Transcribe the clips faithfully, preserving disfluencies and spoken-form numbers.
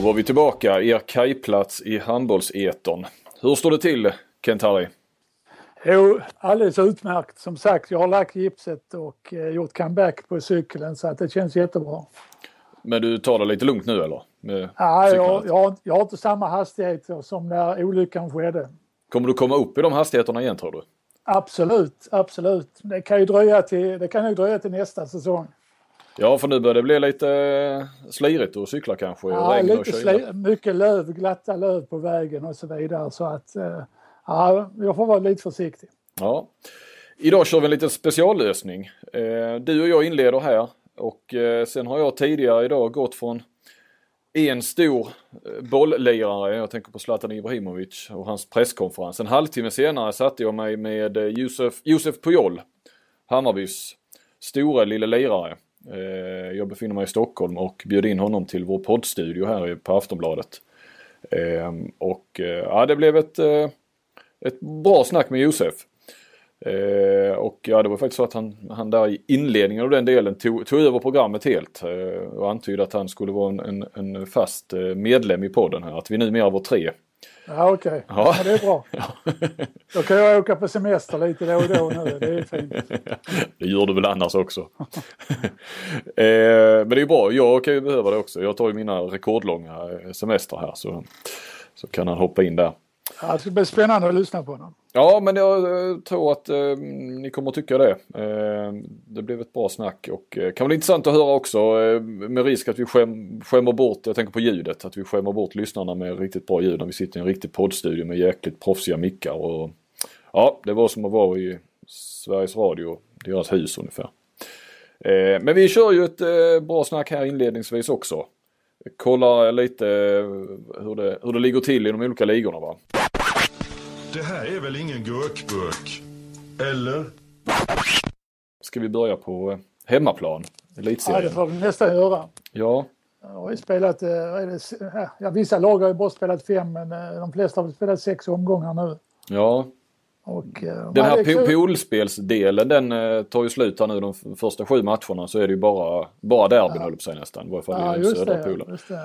var vi tillbaka, er kajplats i handbollseton. Hur står det till, Kent-Harry? Jo, alldeles utmärkt. Som sagt, jag har lagt gipset och eh, gjort comeback på cykeln så att det känns jättebra. Men du tar det lite lugnt nu eller? Med ja, jag, jag, jag har inte samma hastighet som när olyckan skedde. Kommer du komma upp i de hastigheterna igen, tror du? Absolut, absolut. Det kan ju dröja till, det kan ju dröja till nästa säsong. Ja, för nu börjar det bli lite slirigt att cykla kanske. Ja, regn lite sli- mycket löv, glatta löv på vägen och så vidare. Så att, ja, jag får vara lite försiktig. Ja. Idag kör vi en liten speciallösning. Du och jag inleder här. Och sen har jag tidigare idag gått från en stor bolllirare. Jag tänker på Zlatan Ibrahimovic och hans presskonferens. En halvtimme senare satte jag mig med Josef, Josef Pujol, Hammarbys stora lilla lirare. Jag befinner mig i Stockholm och bjöd in honom till vår poddstudio här på Aftonbladet. Och ja, det blev ett, ett bra snack med Josef. Och ja, det var faktiskt så att han, han där i inledningen av den delen tog, tog över programmet helt och antydde att han skulle vara en, en, en fast medlem i podden här. Att vi numera var tre. Ja, okej. Okay. Ja. Ja, det är bra. Ja. Då kan jag åka på semester lite då och då nu. Det är fint. Det gör du väl annars också. eh, men det är bra. Jag kan ju behöva det också. Jag tar ju mina rekordlånga semester här. Så, så kan han hoppa in där. Ja, det ska bli spännande att lyssna på honom. Ja, men jag tror att eh, ni kommer att tycka det. Eh, det blev ett bra snack och eh, kan vara intressant att höra också eh, med risk att vi skäm, skämmer bort, jag tänker på ljudet, att vi skämmer bort lyssnarna med riktigt bra ljud när vi sitter i en riktig poddstudio med jäkligt proffsiga mickar. Och, ja, det var som att vara i Sveriges Radio, deras hus ungefär. Eh, men vi kör ju ett eh, bra snack här inledningsvis också. Kolla lite hur det, hur det ligger till i de olika ligorna, va? Det här är väl ingen gurkburk? Eller? Ska vi börja på hemmaplan? Elitserien. Ja, det får vi nästan göra. Ja. Jag har ju spelat, ja, vissa lag har ju bara spelat fem, men de flesta har spelat sex omgångar nu. Ja. Och, den här po- poolspelsdelen, den tar ju slut här nu de första sju matcherna, så är det ju bara, bara derbyn, ja. Höll på sig nästan. I varje fall ja, i den just södra det, poolen. Just det.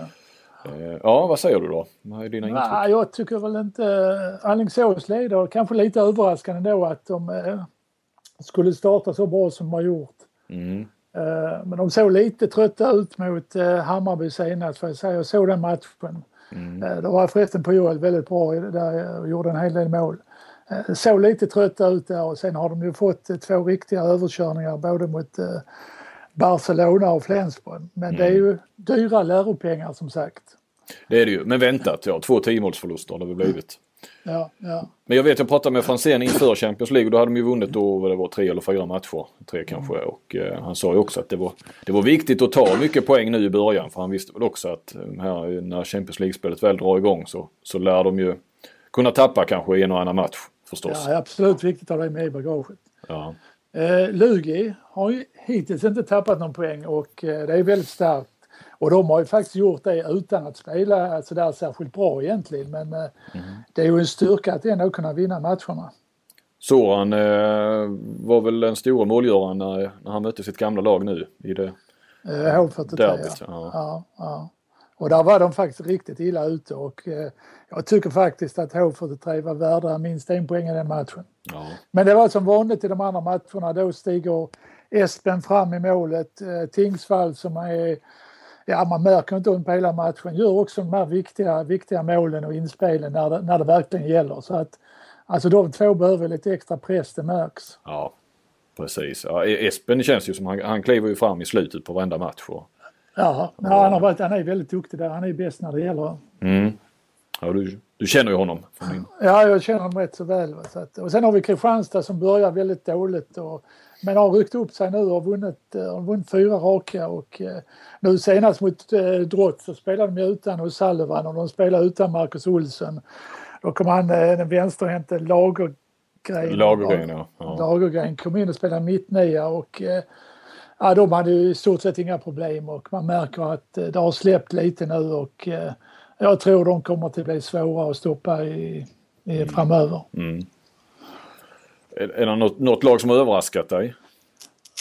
Ja, vad säger du då? Vad är dina intryck? Nej, jag tycker väl inte Alingsås leder, kanske lite överraskande då att de eh, skulle starta så bra som de har gjort. Mm. Eh, men de såg lite trötta ut mot eh, Hammarby senast, för jag säger, jag såg den matchen. Mm. Eh, då var förresten på Joel väldigt bra där och gjorde en hel del mål. Eh, såg lite trötta ut där och sen har de ju fått eh, två riktiga överkörningar både mot eh, Barcelona och Flensburg. Men mm. det är ju dyra läropengar som sagt. Det är det ju, men väntat, ja, två tiomålsförluster har det väl blivit. Ja, ja. Men jag vet, jag pratade med Franzén inför Champions League och då hade de ju vunnit då, vad det var, tre eller fyra matcher, tre kanske, mm. och eh, han sa ju också att det var, det var viktigt att ta mycket poäng nu i början, för han visste väl också att här, när Champions League-spelet väl drar igång så, så lär de ju kunna tappa kanske en och annan match, förstås. Ja, absolut viktigt att ha det med i bagaget. Ja. Eh, Lugi har ju hittills inte tappat någon poäng och eh, det är väldigt starkt. Och de har ju faktiskt gjort det utan att spela så där särskilt bra egentligen. Men eh, mm. det är ju en styrka att ändå kunna vinna matcherna. Soran eh, var väl den stora målgöraren när, när han mötte sitt gamla lag nu i det eh, H fyrtiotre. derbyt. Ja. Ja, ja. Och där var de faktiskt riktigt illa ute och eh, jag tycker faktiskt att H fyrtiotre var värda minst en poäng i den matchen. Ja. Men det var som vanligt i de andra matcherna. Då stiger Espen fram i målet. Eh, Tingsvall som är, ja man märker inte på hela matchen, gör också de här viktiga, viktiga målen och inspelen när det, när det verkligen gäller. Så att alltså de två behöver lite extra press, det märks. Ja, precis. Ja, Espen känns ju som han, han kliver ju fram i slutet på varenda match. Och, ja, och, han, har varit, han är väldigt duktig där. Han är bäst när det gäller. Mm. Ja, du, du känner ju honom. Din... Ja, jag känner honom rätt så väl. Så att, och sen har vi Kristianstad som börjar väldigt dåligt. Och, men har ryckt upp sig nu och vunnit, har vunnit fyra raka. Och eh, nu senast mot eh, Drott så spelar de utan O'Sullivan och de spelar utan Marcus Olsson. Då kom han, eh, den vänsterhänte Lagergren. Lagergren, ja. ja. Lagergren kom in och spelade mittnia och eh, ja, de hade ju i stort sett inga problem. Och man märker att eh, det har släppt lite nu och eh, jag tror de kommer att bli svåra att stoppa i, i mm. framöver. Mm. Är, är det något, något lag som har överraskat dig?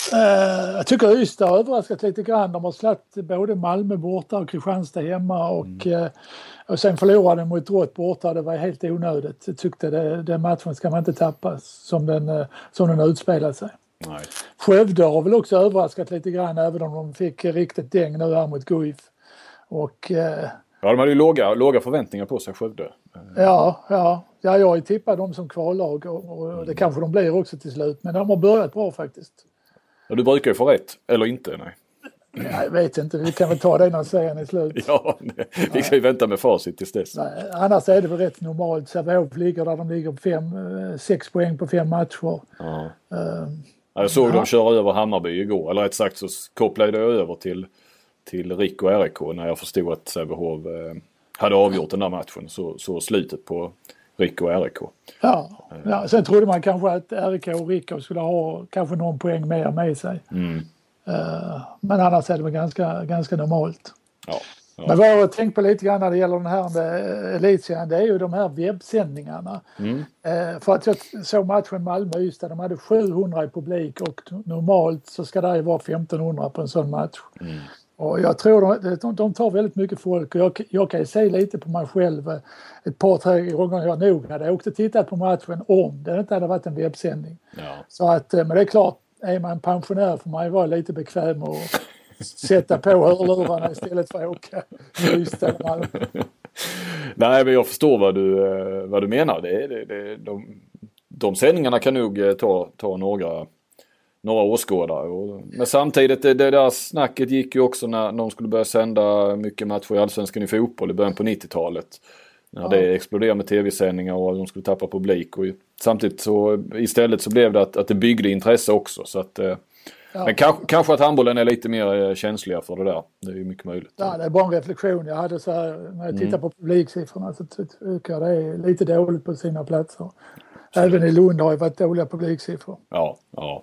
Uh, jag tycker Ystad har överraskat lite grann. De har släppt både Malmö borta och Kristianstad hemma och, mm. uh, och sen förlorade mot Drott borta. Det var helt onödigt. Jag tyckte det, den matchen ska man inte tappa som den, uh, som den utspelade sig. Nej. Skövde har väl också överraskat lite grann även om de fick riktigt däng nu här mot Guif. Och... Uh, ja, de hade ju låga, låga förväntningar på sig, Skövde. Ja, ja. ja jag har ju tippat dem som kvallag och, och mm. det kanske de blir också till slut. Men de har börjat bra faktiskt. Ja, du brukar ju få rätt, eller inte, nej. Ja, jag vet inte, vi kan väl ta det när serien är slut. Ja, det, vi kan ju vänta med facit tills dess. Nej, annars är det väl rätt normalt. Sävehof ligger där de ligger på fem, sex poäng på fem matcher. Ja. Uh, ja, jag såg ja. dem köra över Hammarby igår. Eller rätt sagt så kopplade jag över till, till R I K och R I K när jag förstod att Sävehof eh, hade avgjort den där matchen. Så, så slutet på R I K och R I K. Ja. ja, sen trodde man kanske att R I K och R I K skulle ha kanske någon poäng mer med sig. Mm. Uh, men annars är det väl ganska, ganska normalt. Ja, ja. Men vad jag har tänkt på lite grann när det gäller den här med elitserien, det är ju de här webbsändningarna. Mm. Uh, för att jag såg matchen Malmö-Ystad, de hade sjuhundra i publik och normalt så ska det ju vara femtonhundra på en sån match. Mm. Och jag tror de, de, de tar väldigt mycket folk och jag, jag kan ju se lite på mig själv ett par, tre gånger jag nog hade åkt och tittat på matchen om det inte hade varit en webbsändning. Ja. Så att, men det är klart, är man pensionär får man ju vara lite bekväm och sätta på hörlurarna istället för att åka just där Malmö. Nej, men jag förstår vad du, vad du menar. Det, det, det, de, de sändningarna kan nog ta, ta några... några åskådare. Och, men samtidigt, det, det där snacket gick ju också när de skulle börja sända mycket matcher i Allsvenskan i fotboll i början på nittiotalet. När ja. det exploderade med tv-sändningar och de skulle tappa publik. Och samtidigt så istället så blev det att, att det byggde intresse också. Så att, ja. Men kanske, kanske att handbollen är lite mer känsliga för det där. Det är ju mycket möjligt. Ja, det är bara en reflektion. Jag hade så här, när jag tittar mm. på publiksiffrorna så tycker jag det är lite dåligt på sina platser. Även i Lund har ju varit dåliga publiksiffror. Ja, ja.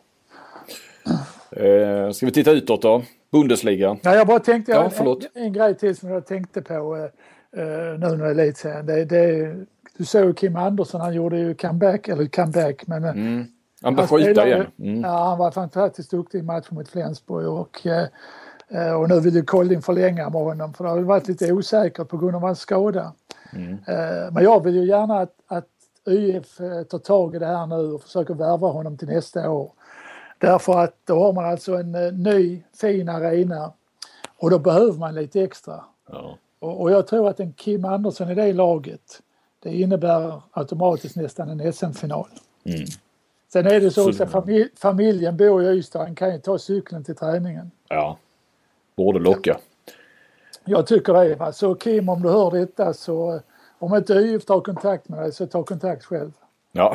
Eh, ska vi titta utåt då? Bundesliga. Ja, jag bara tänkte ja, en, en grej till som jag tänkte på eh, nu när elitserien. Det, det, du såg Kim Andersson, han gjorde ju comeback, eller comeback, men mm. han började skjuta igen. Mm. Ja, han var fantastiskt duktig i matchen mot Flensburg och, eh, och nu vill ju Kolding förlänga med honom för det har varit lite osäkert på grund av hans skada. Mm. Eh, men jag vill ju gärna att, att Y F tar tag i det här nu och försöker värva honom till nästa år. Därför att då har man alltså en uh, ny fin arena och då behöver man lite extra. Ja. Och, och jag tror att en Kim Andersson i det laget, det innebär automatiskt nästan en S M-final. Mm. Sen är det så att familj, familjen bor i Ystad, han kan ju ta cykeln till träningen. Ja, borde locka. Jag tycker det. Va? Så Kim, om du hör detta så om inte Y F tar kontakt med dig så ta kontakt själv. Ja.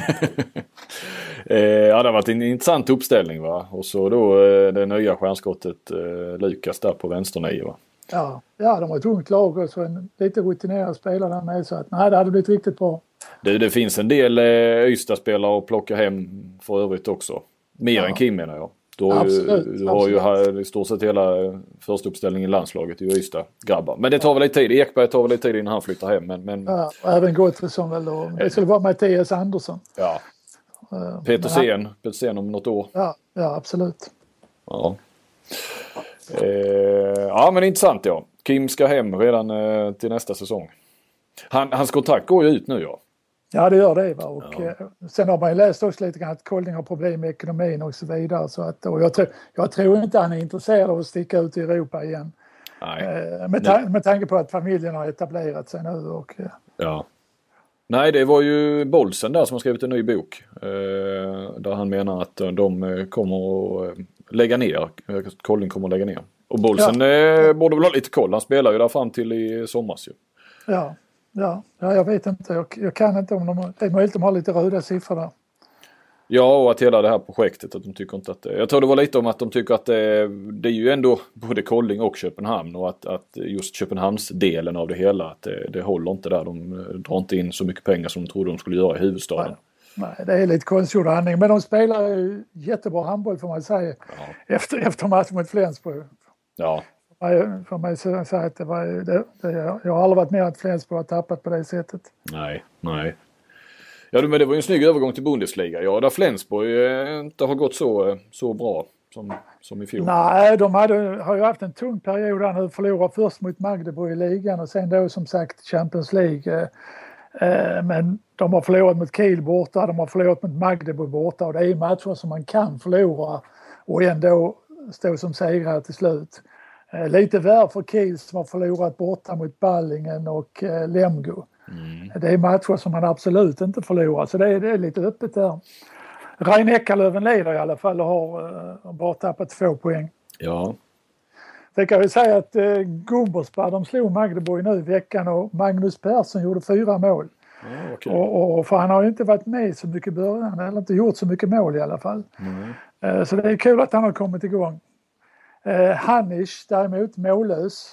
eh, ja, det har varit en intressant uppställning va. Och så då eh, det nya stjärnskottet eh, Lukas där på vänsternio va. Ja, ja, de har ett ungt lag och så en lite rutinerad spelare där med så att nej, det hade blivit riktigt bra. Det, det finns en del eh, Ystad-spelare att plocka hem för övrigt också. Mer ja. än Kim menar jag. Du har absolut, ju, du har ju här, i stort sett hela första uppställningen i landslaget i Ystad grabbar. Men det tar väl lite tid. Ekberg tar väl lite tid innan han flyttar hem. Men, men... Ja, och även Gottfridsson väl då. Det skulle vara Mattias Andersson. Ja. Uh, Petersen. Han... Petersen om något år. Ja, ja absolut. Ja. Eh, ja men intressant ja. Kim ska hem redan eh, till nästa säsong. Han, hans kontrakt går ju ut nu ja. Ja det gör det va. Och ja. eh, sen har man ju läst också lite grann att Kolding har problem med ekonomin och så vidare. Så att, och jag, tror, jag tror inte han är intresserad av att sticka ut i Europa igen. Nej. Eh, med, ta- med tanke på att familjen har etablerat sig nu. Och, eh. Ja. Nej det var ju Bolsen där som har skrivit en ny bok. Eh, där han menar att de kommer att lägga ner. Kolding kommer att lägga ner. Och Bolsen ja. eh, borde väl ha lite koll. Han spelar ju där fram till i somras ju. Ja. Ja, ja, jag vet inte. Jag, jag kan inte om de... Det är möjligt att de har lite röda siffror där. Ja, och att hela det här projektet, att de tycker inte att det... Jag tror det var lite om att de tycker att det, det är ju ändå både Kolding och Köpenhamn och att, att just Köpenhamnsdelen av det hela, att det, det håller inte där. De drar inte in så mycket pengar som de trodde de skulle göra i huvudstaden. Nej, nej det är lite konstgjord handling. Men de spelar ju jättebra handboll får man säga. Ja. Efter, efter matchen mot Flensburg. Ja. För mig så säga att det var det, det, jag har aldrig varit med att Flensburg har tappat på det sättet. Nej, nej. Ja, men det var ju en snygg övergång till Bundesliga. Ja, där Flensburg eh, inte har gått så, så bra som, som i fjol. Nej, de hade, har ju haft en tung period där nu. Förlorade först mot Magdeburg i ligan och sen då som sagt Champions League. Eh, men de har förlorat mot Kiel borta, de har förlorat mot Magdeburg borta och det är matcher som man kan förlora och ändå stå som segrare till slut. Eh, lite värre för Kiel som har förlorat borta mot Ballingen och eh, Lemgo. Mm. Det är matcher som man absolut inte förlorar, så det är, det är lite öppet där. Rhein-Neckarlöven leder i alla fall och har uh, bara tappat två poäng. Ja. Det kan vi säga att uh, Gumbersbad, de slog Magdeburg nu i veckan och Magnus Persson gjorde fyra mål. Ja, okay. och, och för han har ju inte varit med så mycket i början, eller inte gjort så mycket mål i alla fall. Mm. Uh, så det är kul att han har kommit igång. Uh, Hannisch däremot mållös.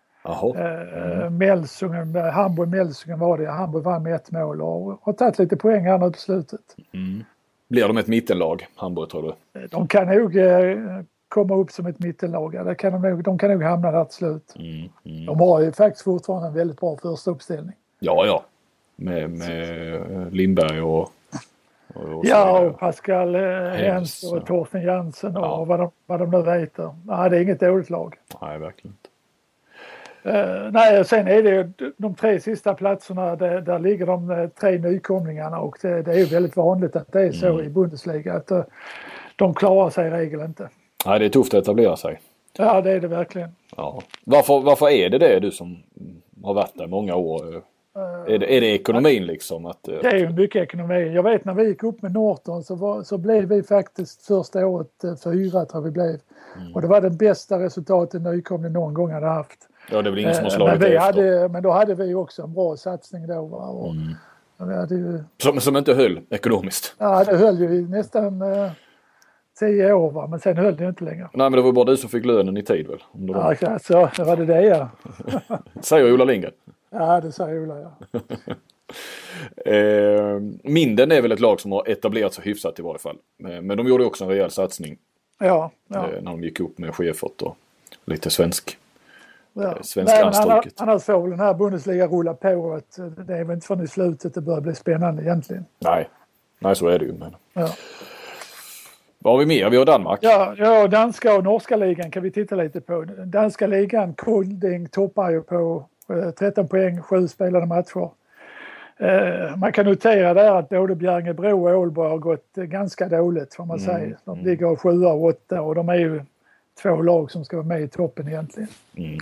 Mm. Melsungen, Hamburg Melsungen var det. Hamburg vann med ett mål och har tagit lite poäng här nu på slutet. Mm. Blir de ett mittenlag, Hamburg, tror du? De kan nog eh, komma upp som ett mittenlag. Det kan de, nog, de kan nog hamna där till slut. Mm. Mm. De har ju faktiskt fortfarande en väldigt bra första uppställning. Ja, ja. Med, med Lindberg och... och, och ja, och Pascal eh, Hens och Torsten Jansen och ja. vad, de, vad de nu heter. Nej, det är inget dåligt lag. Nej, verkligen inte. Uh, nej, sen är det de tre sista platserna, där, där ligger de tre nykomlingarna och det, det är ju väldigt vanligt att det är så mm. i Bundesliga att uh, de klarar sig i regel inte. Nej, det är tufft att etablera sig. Ja, det är det verkligen. Ja. Varför, varför är det det, du som har varit där många år? Uh, är, det, är det ekonomin liksom? Att, uh... Det är ju mycket ekonomi. Jag vet när vi gick upp med Norton så, var, så blev vi faktiskt första året uh, fyra tror vi blev. Mm. Och det var det bästa resultatet nykomling någon gång hade haft. Ja, det är väl ingen som har slagit men, vi efter. hade, men då hade vi också en bra satsning då. Va? Och, mm. och vi hade ju, som, som inte höll ekonomiskt. Ja, det höll ju nästan uh, tio år va? Men sen höll det ju inte längre. Nej, men det var bara du som fick lönen i tid väl? Om det var. Ja, så det var det det ja. Säger Ola Lindgren. Ja, det säger Ola ja. eh, Minden är väl ett lag som har etablerat sig hyfsat i varje fall. Men de gjorde också en rejäl satsning. Ja, ja. Eh, när de gick upp med Schäfert och lite svensk. Ja. Svenska anstruket. Annars får väl den här Bundesliga rulla på att det är väl inte förrän i slutet det börjar bli spännande egentligen. Nej, Nej så är det ju. Men... Ja. Vad har vi mer? Vi har Danmark. Ja, ja, danska och norska ligan kan vi titta lite på. Danska ligan, Kolding toppar ju på tretton poäng, sju spelade matcher. Eh, man kan notera där att både Bjärringebro och Ålborg har gått ganska dåligt får man mm. säga. De ligger sjua och åtta och de är ju två lag som ska vara med i toppen egentligen. Mm.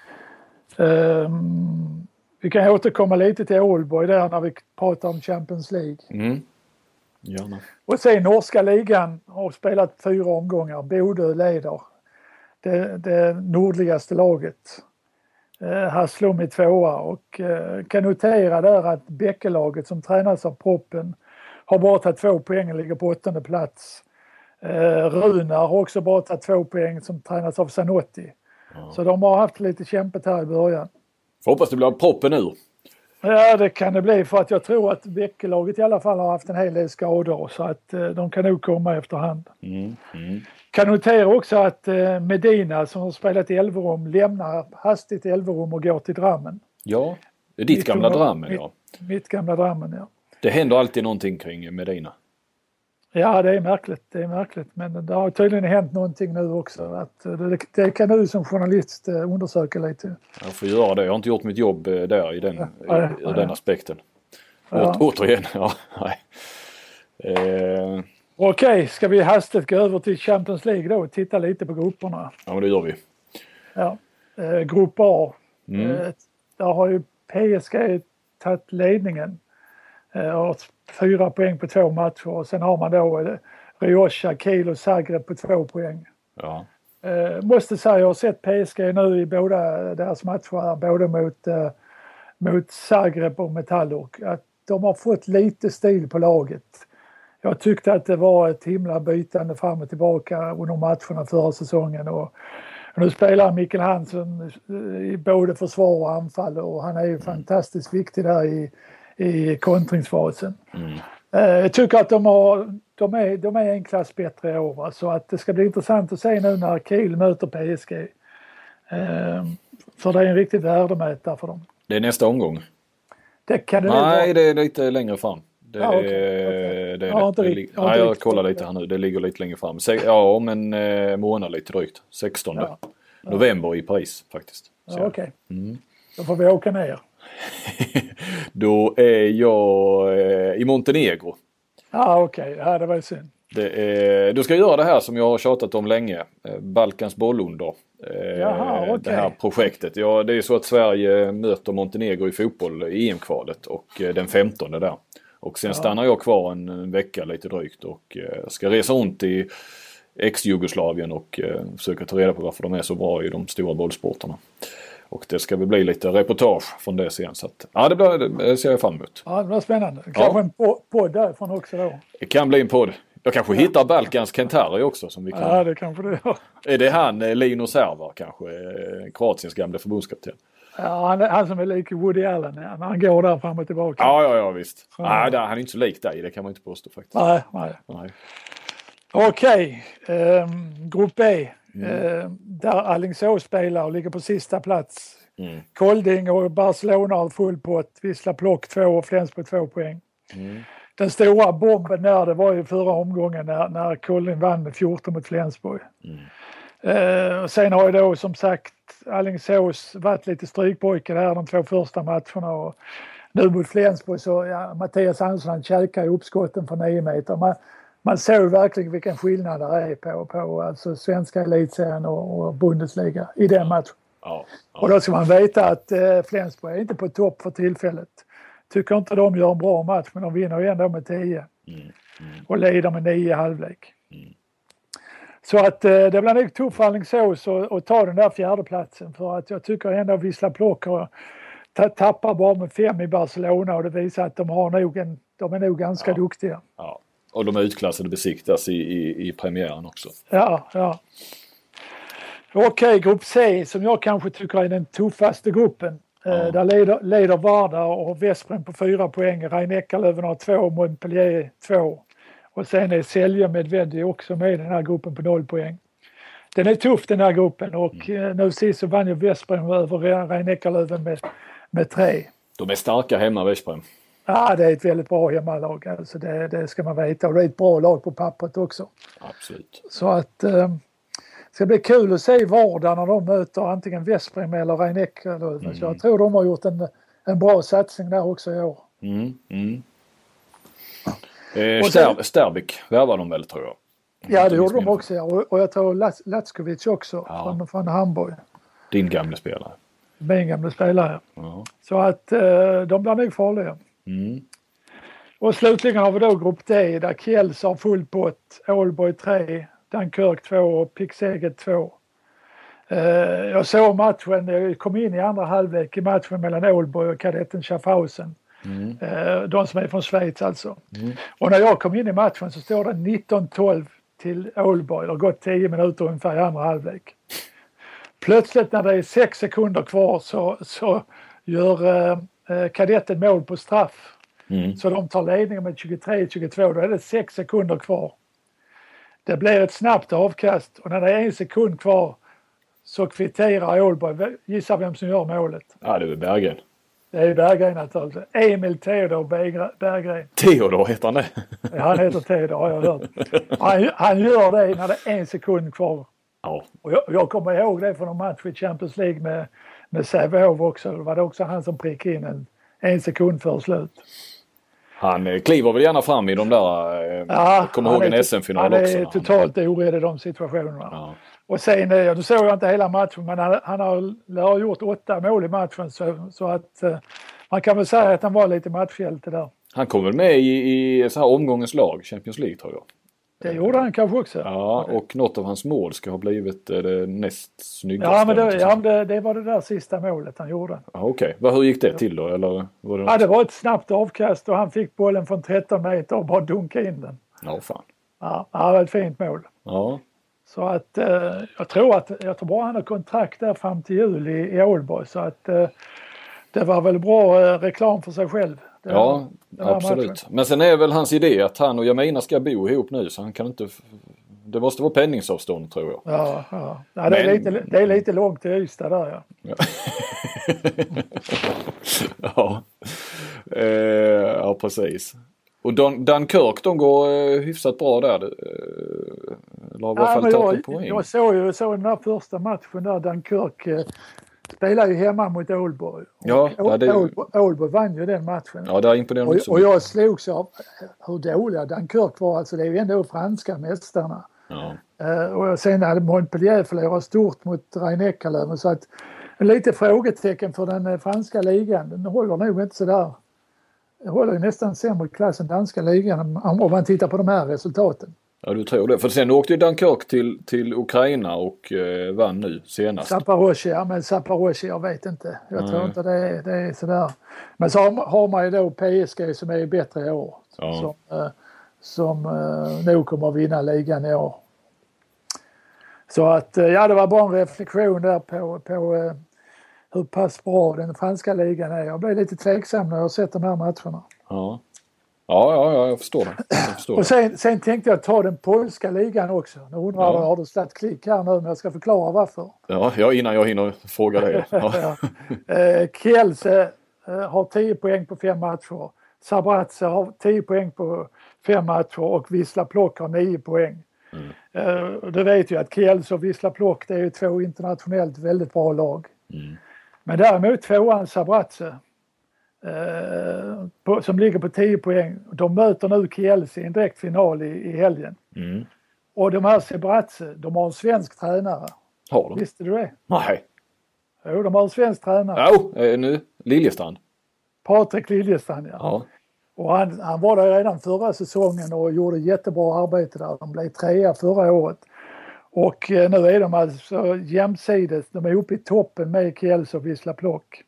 Um, vi kan återkomma lite till Ålborg där när vi pratar om Champions League. Mm. Gärna. Och sen norska ligan har spelat fyra omgångar. Bodø leder det, det nordligaste laget. Uh, här slår mig tvåa och uh, kan notera där att Bäckelaget som tränas av Proppen har bara tagit två poäng och ligger på åttonde plats. Uh, Runar har också bara tagit två poäng som tränas av Sanotti. Ja. Så de har haft lite kämpet här i början. Får hoppas det blir Proppen ur. Ja, det kan det bli för att jag tror att Bäckelaget i alla fall har haft en hel del skador så att uh, de kan nog komma efterhand. Mm. Mm. Kan notera också att uh, Medina som har spelat i Elverum lämnar hastigt Elverum och går till Drammen. Ja, det är ditt mitt gamla Drammen ja. Mitt, mitt gamla Drammen ja. Det händer alltid någonting kring Medina. Ja, det är märkligt, det är märkligt. Men det har tydligen hänt någonting nu också. Att det, det kan du som journalist undersöka lite. Jag får göra det. Jag har inte gjort mitt jobb där i den, ja, ja, i, ur den aspekten. Ja. Å, återigen, ja. Nej. Eh. Okej, okay, ska vi hastigt gå över till Champions League då och titta lite på grupperna? Ja, men det gör vi. Ja, eh, grupp A. Mm. Eh, där har ju P S G tagit ledningen. Och fyra poäng på två matcher och sen har man då Rioja, Kiel och Zagreb på två poäng. Ja. Eh, måste säga, jag har sett P S G nu i båda deras matcher, både mot, eh, mot Zagreb och Metallurg, att de har fått lite stil på laget. Jag tyckte att det var ett himla bytande fram och tillbaka under matcherna förra säsongen och nu spelar Mikkel Hansen i både försvar och anfall och han är ju mm. fantastiskt viktig där i i kontringsfasen. Mm. Jag tycker att de, har, de, är, de är en klass bättre i år. Va? Så att det ska bli intressant att se nu när Kiel möter P S G. För det är en riktigt värdemätare för dem. Det är nästa omgång. Det kan det Nej, det är lite längre fram. Det, ja, okay. Okay. det, ja, det, det, det ja, jag kollar lite här nu. Det ligger lite längre fram. Se, ja, om en eh, månad lite drygt. sextonde ja. Ja. november i Paris faktiskt. Ja, Okej. Okay. Mm. Då får vi åka ner. Då är jag eh, i Montenegro. Ja, okej. Okay. Ja, det var ju synd. Det är, du ska göra det här som jag har tjatat om länge. Eh, Balkans bollunder. Eh, Jaha, okay. Det här projektet. Ja, det är så att Sverige möter Montenegro i fotboll i E M-kvalet och eh, den femtonde där. Och sen ja. stannar jag kvar en, en vecka lite drygt och eh, ska resa runt i ex-Jugoslavien och eh, försöka ta reda på varför de är så bra i de stora bollsporterna. Och det ska väl bli lite reportage från det sen. Så att, ja, det, blir, det ser jag fram emot. Ja, det blir spännande. Kanske ja. en podd därifrån också då. Det kan bli en podd. Jag kanske ja. hittar Balkans Kentari också. Som vi kan... Ja, det kanske det gör. Är det han, Lino Servar kanske? Kroatiens gamla förbundskapten. Ja, han, han som är lik Woody Allen. Ja, han går där fram och tillbaka. Ja, ja, ja visst. Ja. Nej, där, han är inte så lik dig. Det kan man inte påstå faktiskt. Nej, nej. nej. Okej. Um, grupp B. Mm. Uh, där Alingsås spelar och ligger på sista plats. Mm. Kolding och Barcelona har full pott. Vissla Plock två och Flensburg två poäng. Mm. Den stora bomben där det var ju förra omgången när, när Kolding vann med fjorton mot Flensburg. Mm. Uh, och sen har ju då som sagt Alingsås varit lite strykpojkar här de två första matcherna. Och nu mot Flensburg så ja, Mattias Andersson han käkar i uppskotten från nio meter. Man, man såg verkligen vilken skillnad det är på, på alltså svenska elitserien och, och Bundesliga i den matchen. Ja, ja. Och då ska man veta att eh, Flensburg är inte på topp för tillfället. Tycker inte de gör en bra match men de vinner ju ändå med tio. Mm, mm. Och leder med nio i halvlek. Mm. Så att eh, det blir nog tufft för Alingsås att ta den där fjärde platsen för att jag tycker ändå att Vissla Plock har ta, tappar bara med fem i Barcelona och det visar att de, har nog en, de är nog ganska ja. duktiga. Ja. Och de är utklassade besiktas i, i, i premiären också. Ja, ja. Okej, okay, grupp C som jag kanske tycker är den tuffaste gruppen. Ja. Eh, där leder, leder Varda och Veszprem på fyra poäng. Rhein-Neckarlöven har två och Montpellier två. Och sen är Celje Medvedi också med i den här gruppen på noll poäng. Den är tuff den här gruppen och mm. nu sist så vann ju Veszprem över Rhein-Neckarlöven med, med tre. De är starka hemma Veszprem. Ja, det är ett väldigt bra hemmalag. Alltså det, det ska man veta och det är ett bra lag på pappret också. Absolut. Så att eh, det ska bli kul att se Varda när de möter antingen Veszprem eller Rhein-Neckarlöven. Mm. Så jag tror de har gjort en, en bra satsning där också i år. Mm. Mm. Eh, Ster- Sterbik värvar de väl tror jag. Ja, det gjorde de också. Ja. Och, och jag tror Lats- Latskovic också ja. från, från Hamburg. Din gamla spelare. Min gamla spelare. Ja. Så att eh, de blir nog farliga. Mm. Och slutligen har vi då grupp D där Kiels har full pott. Ålborg tre, Dunkirk två och Pixeget två. Eh, jag såg matchen, jag kom in i andra halvlek i matchen mellan Ålborg och kadetten Schaffhausen. Mm. Eh, de som är från Schweiz alltså. Mm. Och när jag kom in i matchen så står det nitton tolv till Ålborg. Det har gått tio minuter ungefär i andra halvlek. Plötsligt när det är sex sekunder kvar så, så gör eh, kadetten mål på straff. Mm. Så de tar ledningen med tjugotre tjugotvå. Då är det sex sekunder kvar. Det blir ett snabbt avkast och när det är en sekund kvar så kvitterar Ålborg. Gissa vem som gör målet. Ja, det är Berggren. Det är Berggren naturligtvis. Emil Theodor Berggren. Theodor heter han det? Ja, han heter Theodor har jag hört. Han, han gör det när det är en sekund kvar. Ja. Och jag, jag kommer ihåg det från en match i Champions League med, med Sävehof också. Det var det också han som prickade in en, en sekund för slut. Han eh, kliver väl gärna fram i de där, eh, ja, kommer ihåg en S M-final också. Han är också, totalt orädd i de situationerna. Ja. Och sen, ja, då såg jag inte hela matchen, men han, han har, har gjort åtta mål i matchen så, så att eh, man kan väl säga att han var lite matchhjälte där. Han kom väl med i, i så här omgångens lag, Champions League tror jag. Det gjorde han kanske också. Ja, och något av hans mål ska ha blivit det näst snyggaste. Ja, men, det, ja, men det, det var det där sista målet han gjorde. Ja, okej. Okay. Hur gick det till då? Eller var det ja, det var ett snabbt avkast och han fick bollen från tretton meter och bara dunka in den. Ja, fan. Ja, det var ett fint mål. Ja. Så att eh, jag tror att jag tror bara han har kontrakt där fram till juli i Ålborg så att eh, det var väl bra eh, reklam för sig själv. Det ja, var, absolut. Matchen. Men sen är väl hans idé att han och Jamina ska bo ihop nu så han kan inte, det måste vara penningsavstånd tror jag. Ja, ja. ja det, är lite, det är lite långt till Ystad där ja. Ja, ja. Eh, ja precis. Och Dun- Dunkirk, de går uh, hyfsat bra där. Uh, eller har i alla fall tagit poäng. Jag såg ju så den där första matchen där Dunkirk uh, spelar ju hemma mot Ålborg. Ja, och det... Ålborg, Ålborg vann ju den matchen. Ja, det är imponerande och, också. och jag slogs av hur dåliga Dunkirk var. Alltså det är ju ändå franska mästarna. Ja. Uh, och sen hade Montpellier förlorat stort mot Rhein-Neckarlöven. Så att lite frågetecken för den uh, franska ligan. Den håller nog inte sådär. Den håller ju nästan sämre klass än danska ligan om man tittar på de här resultaten. Ja, du tror det. För sen åkte ju Dunkirk till, till Ukraina och eh, vann nu senast. Zaporozhye, men Zaporozhye, jag vet inte. Jag Nej. tror inte det är, det är sådär. Men så har, har man ju då P S G som är bättre i år. Ja. Som, eh, som eh, nog kommer att vinna ligan i år. Så att, eh, ja, det var bara en reflektion där på, på eh, hur pass bra den franska ligan är. Jag blev lite tveksam när jag har sett de här matcherna. Ja. Ja, ja, ja, jag förstår det. Jag förstår och sen, sen tänkte jag ta den polska ligan också. Nu undrar jag, ja. Har du släppt klick här nu, men jag ska förklara varför. Ja, ja innan jag hinner fråga dig. Ja. ja. eh, Kielce eh, har tio poäng på fem matcher. Zabrze har tio poäng på fem matcher och Wisla Plock har nio poäng. Mm. Eh, du vet ju att Kielce och Wisla Plock, det är ju två internationellt väldigt bra lag. Mm. Men däremot tvåan Zabrze Eh, på, som ligger på tio poäng. De möter nu Kielce i en direkt final i, i helgen. Mm. Och de här Zabrze, de har en svensk tränare. Har de? Visste du det? Nej. Jo, de har en svensk tränare. Jo, eh, nu Liljestrand. Patrik Liljestrand, ja. ja. Och han, han var där redan förra säsongen och gjorde jättebra arbete där. De blev trea förra året. Och eh, nu är de alltså jämsides. De är uppe i toppen med Kielce och Wisla Plock.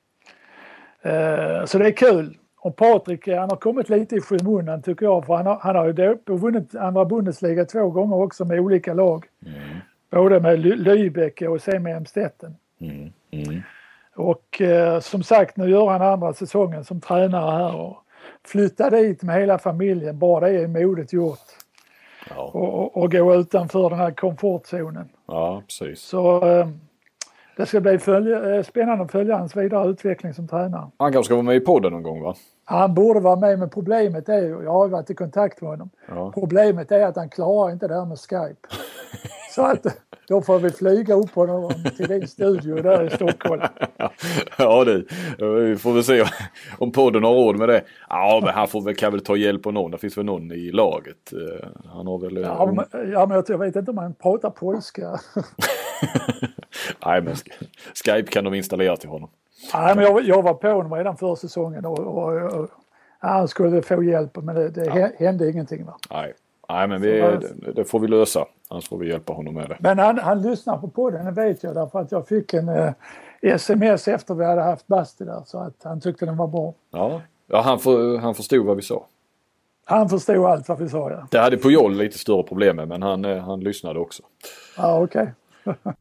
Uh, så det är kul. Och Patrik, han har kommit lite i skymundan tycker jag. För han har, han har ju vunnit andra Bundesliga två gånger också med olika lag. Mm. Både med Lübeck och sen med Emstetten. Mm. Mm. Och uh, som sagt, nu gör han andra säsongen som tränare här. Och flyttar dit med hela familjen. Bara det är modigt gjort. Ja. Och, och, och gå utanför den här komfortzonen. Ja, precis. Så... Uh, Det ska bli följa, spännande att följa hans vidare utveckling som tränare. Han kanske ska vara med i podden någon gång, va? Han borde vara med, men problemet är ju, jag har ju varit i kontakt med honom. Ja. Problemet är att han klarar inte det här med Skype. Så att då får vi flyga upp honom till din studio där i Stockholm. Ja du, vi får väl se om podden har råd med det. Ja, men han får väl, kan väl ta hjälp av någon. Det finns väl någon i laget. Han har väl... Ja, men, ja, men jag vet inte om han pratar polska. Nej, men Skype kan de installera till honom. Nej, men jag, jag var på honom redan förra säsongen och, och, och, och han skulle få hjälp, men det, det ja. hände ingenting. Va? Nej. Nej, men vi, det, det får vi lösa. Annars får vi hjälpa honom med det. Men han, han lyssnar på podden, det vet jag, därför att jag fick en eh, sms efter vi hade haft Basti där, så att han tyckte den var bra. Ja, ja han, för, han förstod vad vi sa. Han förstod allt vad vi sa, ja. Det hade Pujol lite större problem med, men han, han lyssnade också. Ja, okej. Okay.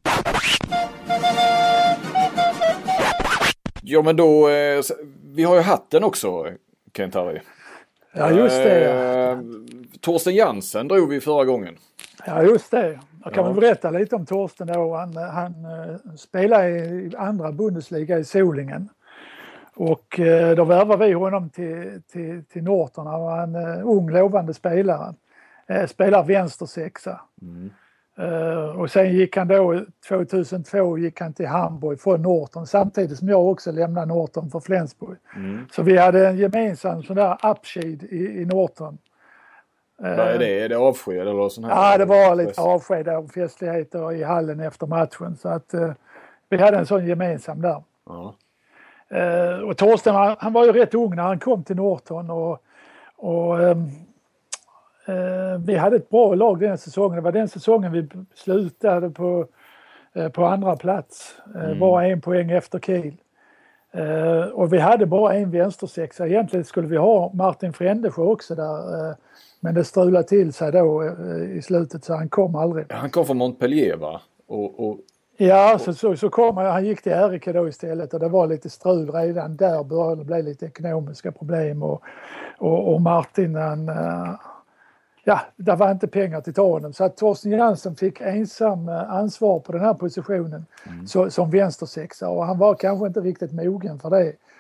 Ja, men då, eh, vi har ju hatten också, Kent-Harry. Ja, just det. Eh, Torsten Jansen drog vi förra gången. Ja, just det. Jag kan ja. väl berätta lite om Torsten då. Han, han uh, spelar i andra Bundesliga i Solingen. Och uh, då värvade vi honom till, till, till Norton. Han var en uh, ung lovande spelare. Uh, spelar vänstersexa. Mm. Uh, och sen gick han då, tjugohundratvå gick han till Hamburg från Norton. Samtidigt som jag också lämnade Norton för Flensburg. Mm. Så vi hade en gemensam sån där absked i, i Norton. Vad är det? Är det avsked eller sån här? Ja, det var lite avsked och festligheter i hallen efter matchen. Så att uh, vi hade en sån gemensam där. Ja. Uh, och Torsten, han, han var ju rätt ung när han kom till Norton. Och, och um, uh, vi hade ett bra lag den säsongen. Det var den säsongen vi slutade på, uh, på andra plats. Uh, mm. Bara en poäng efter Kiel. Uh, och vi hade bara en vänstersexa. Egentligen skulle vi ha Martin Frändesjö också där. Uh, Men det strulade till sig då eh, i slutet så han kom aldrig. Han kom från Montpellier, va? Och, och, ja, och... Så, så, så kom han, han gick till R I K då istället och det var lite strul redan där. Började det bli lite ekonomiska problem och, och, och Martin han, uh, ja, det var inte pengar till ta honom. Så att Torsten Jansen fick ensam ansvar på den här positionen mm. så, som vänstersexa och han var kanske inte riktigt mogen för det.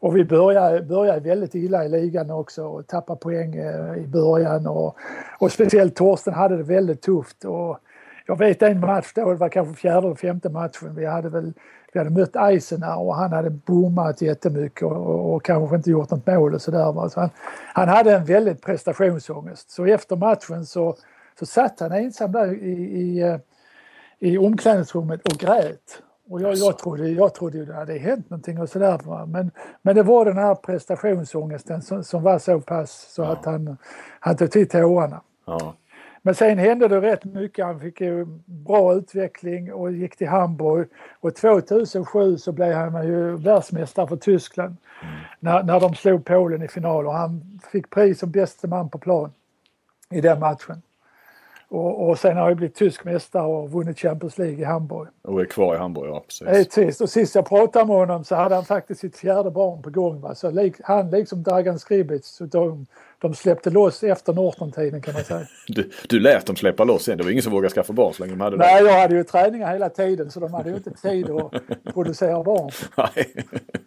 och vi började, började väldigt illa i ligan också och tappade poäng i början. Och, och speciellt Torsten hade det väldigt tufft. Och jag vet en match då, det var kanske fjärde eller femte matchen. Vi hade väl vi hade mött Eisener och han hade bommat jättemycket och, och, och kanske inte gjort något mål och sådär. Så han, han hade en väldigt prestationsångest. Så efter matchen så, så satt han ensam där i, i, i omklädningsrummet och grät. Och jag, jag trodde, jag trodde ju det hade hänt någonting och sådär. Men, men det var den här prestationsångesten som, som var så pass så ja. att han, han tog till tårarna. Ja. Men sen hände det rätt mycket. Han fick ju bra utveckling och gick till Hamburg. Och tvåtusensju så blev han ju världsmästare för Tyskland. Mm. När, när de slog Polen i final. Och han fick pris som bästa man på plan i den matchen. Och, och sen har han blivit tysk mästare och vunnit Champions League i Hamburg. Och är kvar i Hamburg, ja precis. Det är trist. Och sist jag pratade med honom så hade han faktiskt sitt fjärde barn på gång. Va? Så lik, han liksom Dragan Skribic, så de, de släppte loss efter Norton-tiden kan man säga. Du, du lät dem släppa loss sen. Det var ingen som vågade skaffa barn så länge de hade det. Nej, jag hade ju träningar hela tiden så de hade ju inte tid att producera barn. Nej.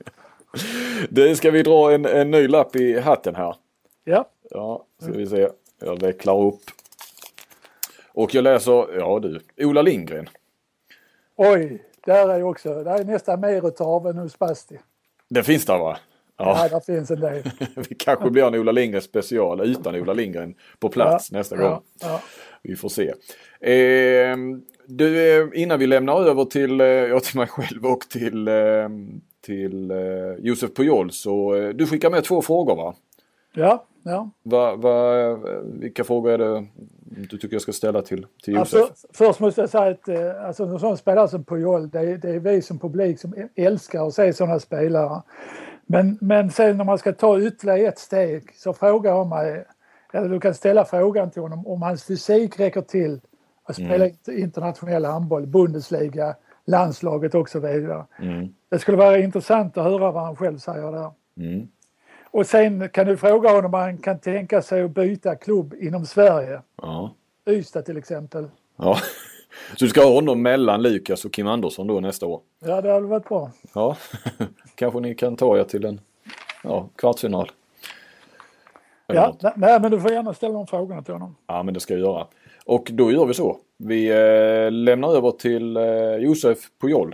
Det ska vi dra en, en ny lapp i hatten här. Ja. Ja, ska vi se. Jag vecklar upp. Och jag läser, ja du, Ola Lindgren. Oj, där är också, där är nästan mer utav än hos Basti. Det finns där va? Ja, ja där finns en del. Vi kanske blir en Ola Lindgren special utan Ola Lindgren på plats ja, nästa gång. Ja, ja. Vi får se. Eh, du, innan vi lämnar över till, ja, till mig själv och till, eh, till eh, Josef Pujol så eh, du skickar med två frågor va? Ja, ja. Va, va, vilka frågor är det du tycker jag ska ställa till, till Josef? Ja, för, först måste jag säga att alltså, en sån spelare som Pujol, det är, det är vi som publik som älskar att se sådana spelare. Men, men sen när man ska ta ytterligare ett steg så frågar jag mig, eller du kan ställa frågan till honom om hans fysik räcker till att spela mm. internationell handboll, Bundesliga, landslaget och så vidare. Mm. Det skulle vara intressant att höra vad han själv säger där. Mm. Och sen kan du fråga honom om han kan tänka sig att byta klubb inom Sverige. Ja. Ystad till exempel. Ja, så du ska ha honom mellan Lukas och Kim Andersson då nästa år? Ja, det hade varit bra. Ja, kanske ni kan ta er till en ja, kvartsfinal. Eller ja, något. Nej men du får gärna ställa de frågorna till honom. Ja, men det ska jag göra. Och då gör vi så. Vi eh, lämnar över till eh, Josef Pujol.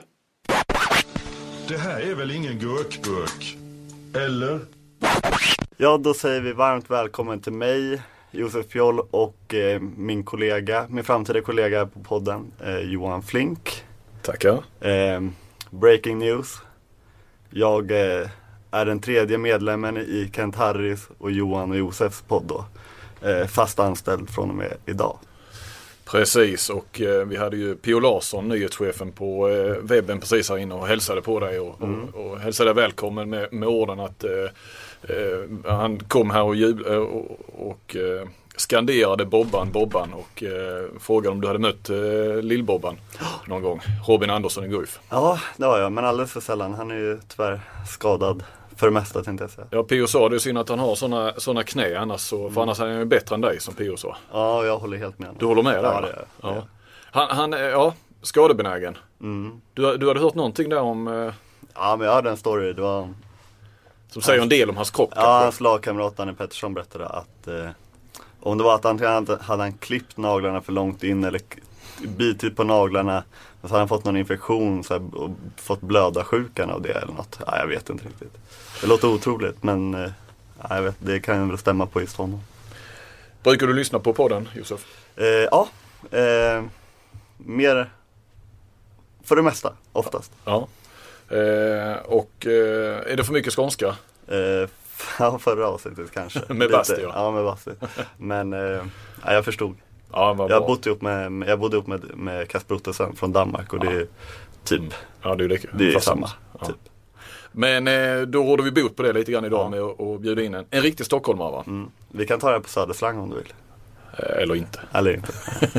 Det här är väl ingen gurkburk? Eller? Ja, då säger vi varmt välkommen till mig, Josef Pujol och eh, min kollega, min framtida kollega på podden, eh, Johan Flink. Tackar. Eh, breaking news. Jag eh, är den tredje medlemmen i Kent Harrys och Johan och Josefs podd då. Eh, fast anställd från och med idag. Precis, och eh, vi hade ju Pio Larsson, nyhetschefen på eh, webben precis här inne och hälsade på dig och, mm. och, och hälsade välkommen med, med orden att eh, eh, han kom här och, jubl- och, och eh, skanderade Bobban, Bobban och eh, frågade om du hade mött eh, Lill-Bobban någon gång, Robin Andersson i Guif. Ja, det var jag, men alldeles för sällan. Han är ju tyvärr skadad. För det mesta tänkte jag säga. Ja, Pio sa det är synd att han har såna, såna knä annars så, mm. för annars är han ju bättre än dig som Pio sa. Ja, jag håller helt med. Du håller med där? Ja, det är, ja. Det är. Han, han är ja, skadebenägen. Mm. Du, du hade hört någonting där om... Eh, ja, men jag hade en story. Det var... Som säger en del om hans kropp. Ja, hans lagkamrat Danny Pettersson berättade att eh, om det var att antingen hade, hade han klippt naglarna för långt in eller bitit på naglarna så hade han fått någon infektion så här, och fått blöda sjukan av det eller något. Ja, jag vet inte riktigt. Det låter otroligt, men eh, jag vet, det kan väl stämma på just honom. Brukar du lyssna på podden, Josef? Eh, ja, eh, mer för det mesta, oftast. Ja. Eh, och eh, är det för mycket skånska? Eh, ja, förra avsnittet kanske. med Basti, ja. Ja, med Basti. Men eh, ja, jag förstod. Ja, vad jag, bodde ihop med, jag bodde ihop med, med Kasper Ottesen från Danmark och det är typ ja, det är, det. Det är samma, ja. typ. Men eh, då råder vi bot på det lite grann idag ja. med att, att bjuda in en, en riktig stockholmare va? Mm. Vi kan ta det på Söderslang om du vill. Eh, eller inte. Eller inte.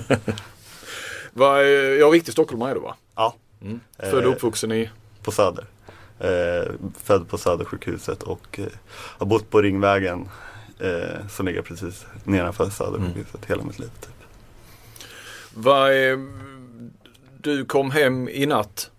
va, eh, ja, riktig stockholmare är du va? Ja. Mm. Född och uppvuxen i? På Söder. Eh, född på Södersjukhuset och eh, har bott på Ringvägen eh, som ligger precis nedanför Södersjukhuset mm. hela mitt liv typ. Va, eh, du kom hem i natt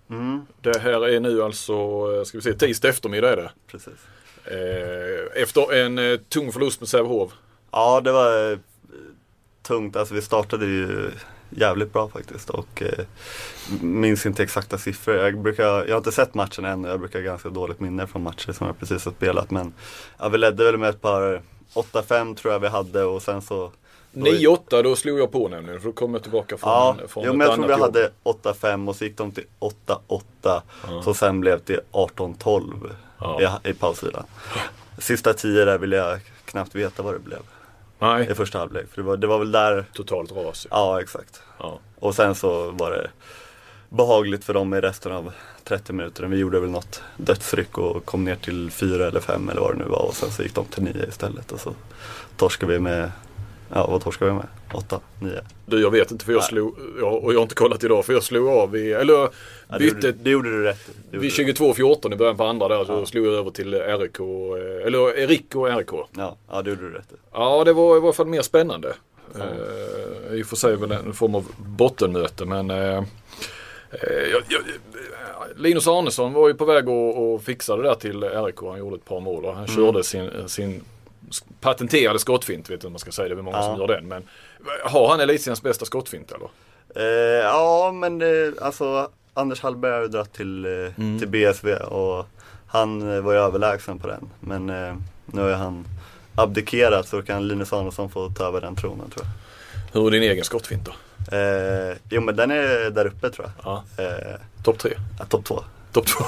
Mm. Det här är nu alltså, ska vi se, tisdag eftermiddag är det. Precis. Eh, efter en eh, tung förlust med Sävehof. Ja, det var eh, tungt. Alltså vi startade ju jävligt bra faktiskt och eh, minns inte exakta siffror. Jag, brukar, jag har inte sett matchen än och jag brukar ha ganska dåligt minne från matcher som jag precis har spelat. Men ja, vi ledde väl med ett par åtta fem tror jag vi hade och sen så... nio åtta, då slog jag på nämligen för då kom jag tillbaka från, ja, från jo, ett men jag tror annat vi jobb. hade åtta fem och så gick de till åtta åtta Ja. så sen blev det arton tolv Ja. i, i paussidan. Sista tio där vill jag knappt veta vad det blev Nej, i första halvlek. För det var, det var väl där... totalt ras. Ja, exakt. Ja. Och sen så var det behagligt för dem i resten av trettio minuter. Vi gjorde väl något dödsryck och kom ner till fyra eller fem eller vad det nu var. Och sen så gick de till nio istället. Och så torskade vi med, ja vad torskade vi med? åtta, nio. Du, jag vet inte för jag Nej. slog, ja, och jag har inte kollat idag för jag slog av i, eller Ja, det, bytte gjorde, det gjorde du rätt. Det gjorde vid du. tjugotvå fjorton i början på andra där så Ja. slog jag över till R K, eh, eller Erik och R K. Ja, ja, det gjorde du rätt. Ja, det var i varje fall mer spännande. Eh, I och för sig väl en form av bottenmöte men eh, eh, jag, jag, Linus Arnesson var ju på väg att, att fixa det där till R K. Han gjorde ett par mål och han Mm. körde sin, sin patenterade skottfint, vet inte om man ska säga det, det är många Ja. som gör den. Men har han elitseriens bästa skottfint eller? Eh, ja, men det, alltså Anders Hallberg har ju dragit till, eh, Mm. till B S V och han eh, var ju överlägsen på den. Men eh, nu har ju han abdikerat så kan Linus Arnesson få ta över den tronen tror jag. Hur är din egen skottfint då? Eh, jo men den är där uppe tror jag. Ja. Eh, Topp tre? ja, topp två. Topp två?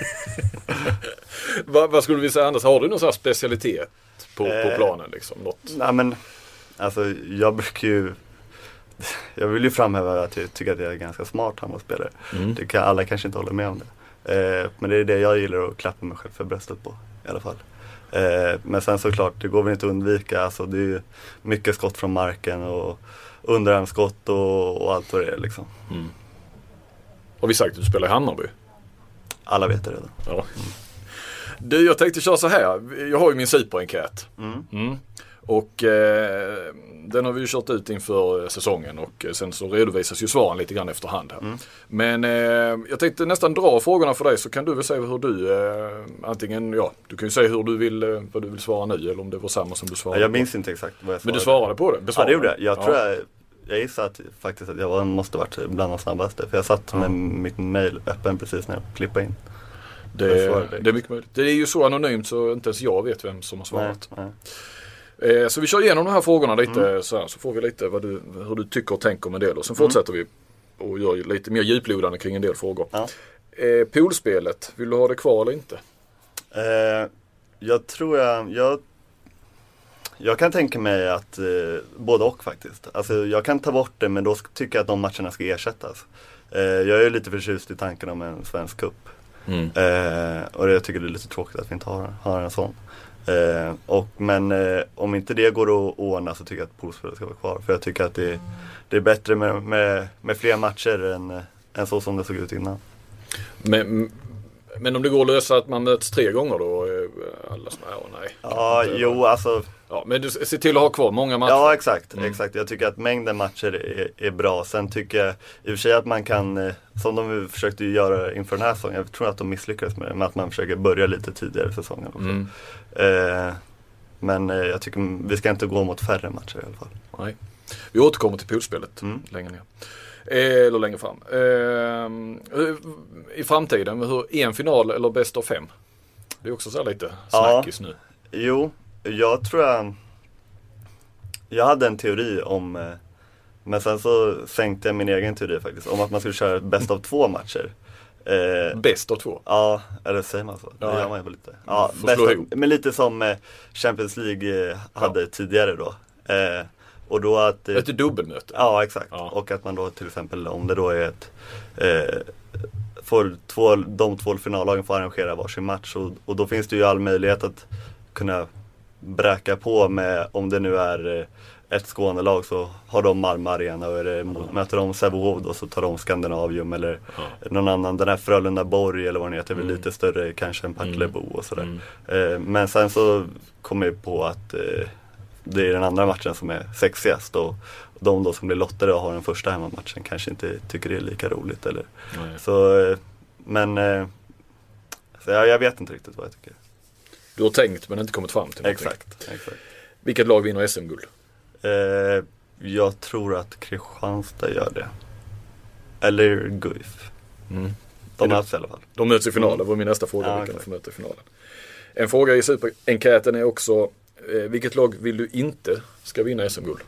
vad, vad skulle vi säga Anders? Har du någon sån här specialitet på, på Eh. planen liksom? Något? Nej men, alltså jag brukar ju, jag vill ju framhäva att jag tycker att jag är ganska smart handbollsspelare. Mm. Det kan, alla kanske inte håller med om det. Eh, men det är det jag gillar att klappa mig själv för bröstet på i alla fall. Eh, men sen såklart, det går väl inte att undvika. Alltså, det är ju mycket skott från marken och underarmsskott och, och allt vad det är liksom. Mm. Har vi sagt att du spelar i Hammarby? Alla vet det redan. Ja. Du, jag tänkte köra så här. Jag har ju min superenkät. Mm. Mm. Och eh, den har vi ju kört ut inför säsongen och sen så redovisas ju svaren lite grann efterhand här. Mm. Men eh, jag tänkte nästan dra frågorna för dig så kan du väl säga hur du eh, antingen, ja, du kan ju säga hur du vill, eh, vad du vill svara nu eller om det var samma som du Ja, svarade jag på. minns inte exakt vad jag Men svarade. du svarade på det? Ja, Besvarade. det gjorde jag. Jag Ja. tror jag, jag gissar att, faktiskt att jag var, måste varit bland de snabbaste. För jag satt med mitt mail öppen precis när jag klippade in. Det, Jag svarade. det är mycket möjligt. Det är ju så anonymt så inte ens jag vet vem som har svarat. Nej, nej. Eh, så vi kör igenom de här frågorna lite Mm. så här, så får vi lite vad du, hur du tycker och tänker om en del och sen fortsätter vi och gör lite mer djuplodande kring en del frågor. Ja. Eh, poolspelet, vill du ha det kvar eller inte? Eh, jag tror jag, jag Jag kan tänka mig att eh, både och faktiskt. Alltså jag kan ta bort det men då sk- tycker jag att de matcherna ska ersättas. Eh, jag är lite förtjust i tanken om en svensk cup. Mm. Eh, och det, jag tycker det är lite tråkigt att vi inte har, har en sån. Eh, och, men eh, om inte det går att ordna så tycker jag att poolspelet ska vara kvar. För jag tycker att det, det är bättre med, med, med fler matcher än, än så som det såg ut innan. Men, men om det går att lösa att man möts tre gånger då? eh, Alla som, ja, nej. Ja, Inte. jo alltså. Ja, men du ser till att ha kvar många matcher. Ja, exakt, Mm. exakt. Jag tycker att mängden matcher är, är bra. Sen tycker jag i och för sig att man kan, eh, som de försökte göra inför den här säsongen, jag tror att de misslyckades med det, med att man försöker börja lite tidigare i säsongen också. Mm. Eh, men eh, jag tycker vi ska inte gå mot färre matcher i alla fall. Nej. Vi återkommer till poolspelet Mm. längre ner. Eh, eller längre fram. Eh, I framtiden, hur, en final eller bäst av fem? Det är också så här lite snackis nu. Jo, jag tror jag Jag hade en teori om eh, men sen så sänkte jag min egen teori faktiskt om att man skulle köra bäst av två matcher. Eh, Bäst av två? Ja, eller säger man så? Det Ja. gör man ju väl lite. Ja, Får bäst slå av, ihop. men lite som eh, Champions League eh, hade tidigare då. Eh, och då att eh, Ett dubbelmöte? ja, exakt. Ja. Och att man då till exempel om det då är ett eh, får två, de två finallagen får arrangera varsin match och, och då finns det ju all möjlighet att kunna bräka på med, om det nu är eh, ett Skånelag så har de Malmö Arena och är det, möter de Sävehof då så tar de Skandinavium eller Ja. någon annan, den här Frölunda Borg eller vad den heter, är väl Mm. lite större kanske än Partillebo och sådär. Mm. Eh, men sen så kom jag på att eh, det är den andra matchen som är sexigast och de då som blir lottade och har den första hemmamatchen kanske inte tycker det är lika roligt eller. Nej. Så eh, Men eh, så jag, jag vet inte riktigt vad jag tycker. Du har tänkt men inte kommit fram till någonting. Exakt, exakt. Vilket lag vinner S M-guld? Eh, jag tror att Kristianstad gör det. Eller Guif. Mm. De det... möts i alla fall. De möts i finalen, Mm. det var min nästa fråga. Ja, Vilka de exakt. får möta i finalen. En fråga i superenkäten är också, eh, vilket lag vill du inte ska vinna S M-guld?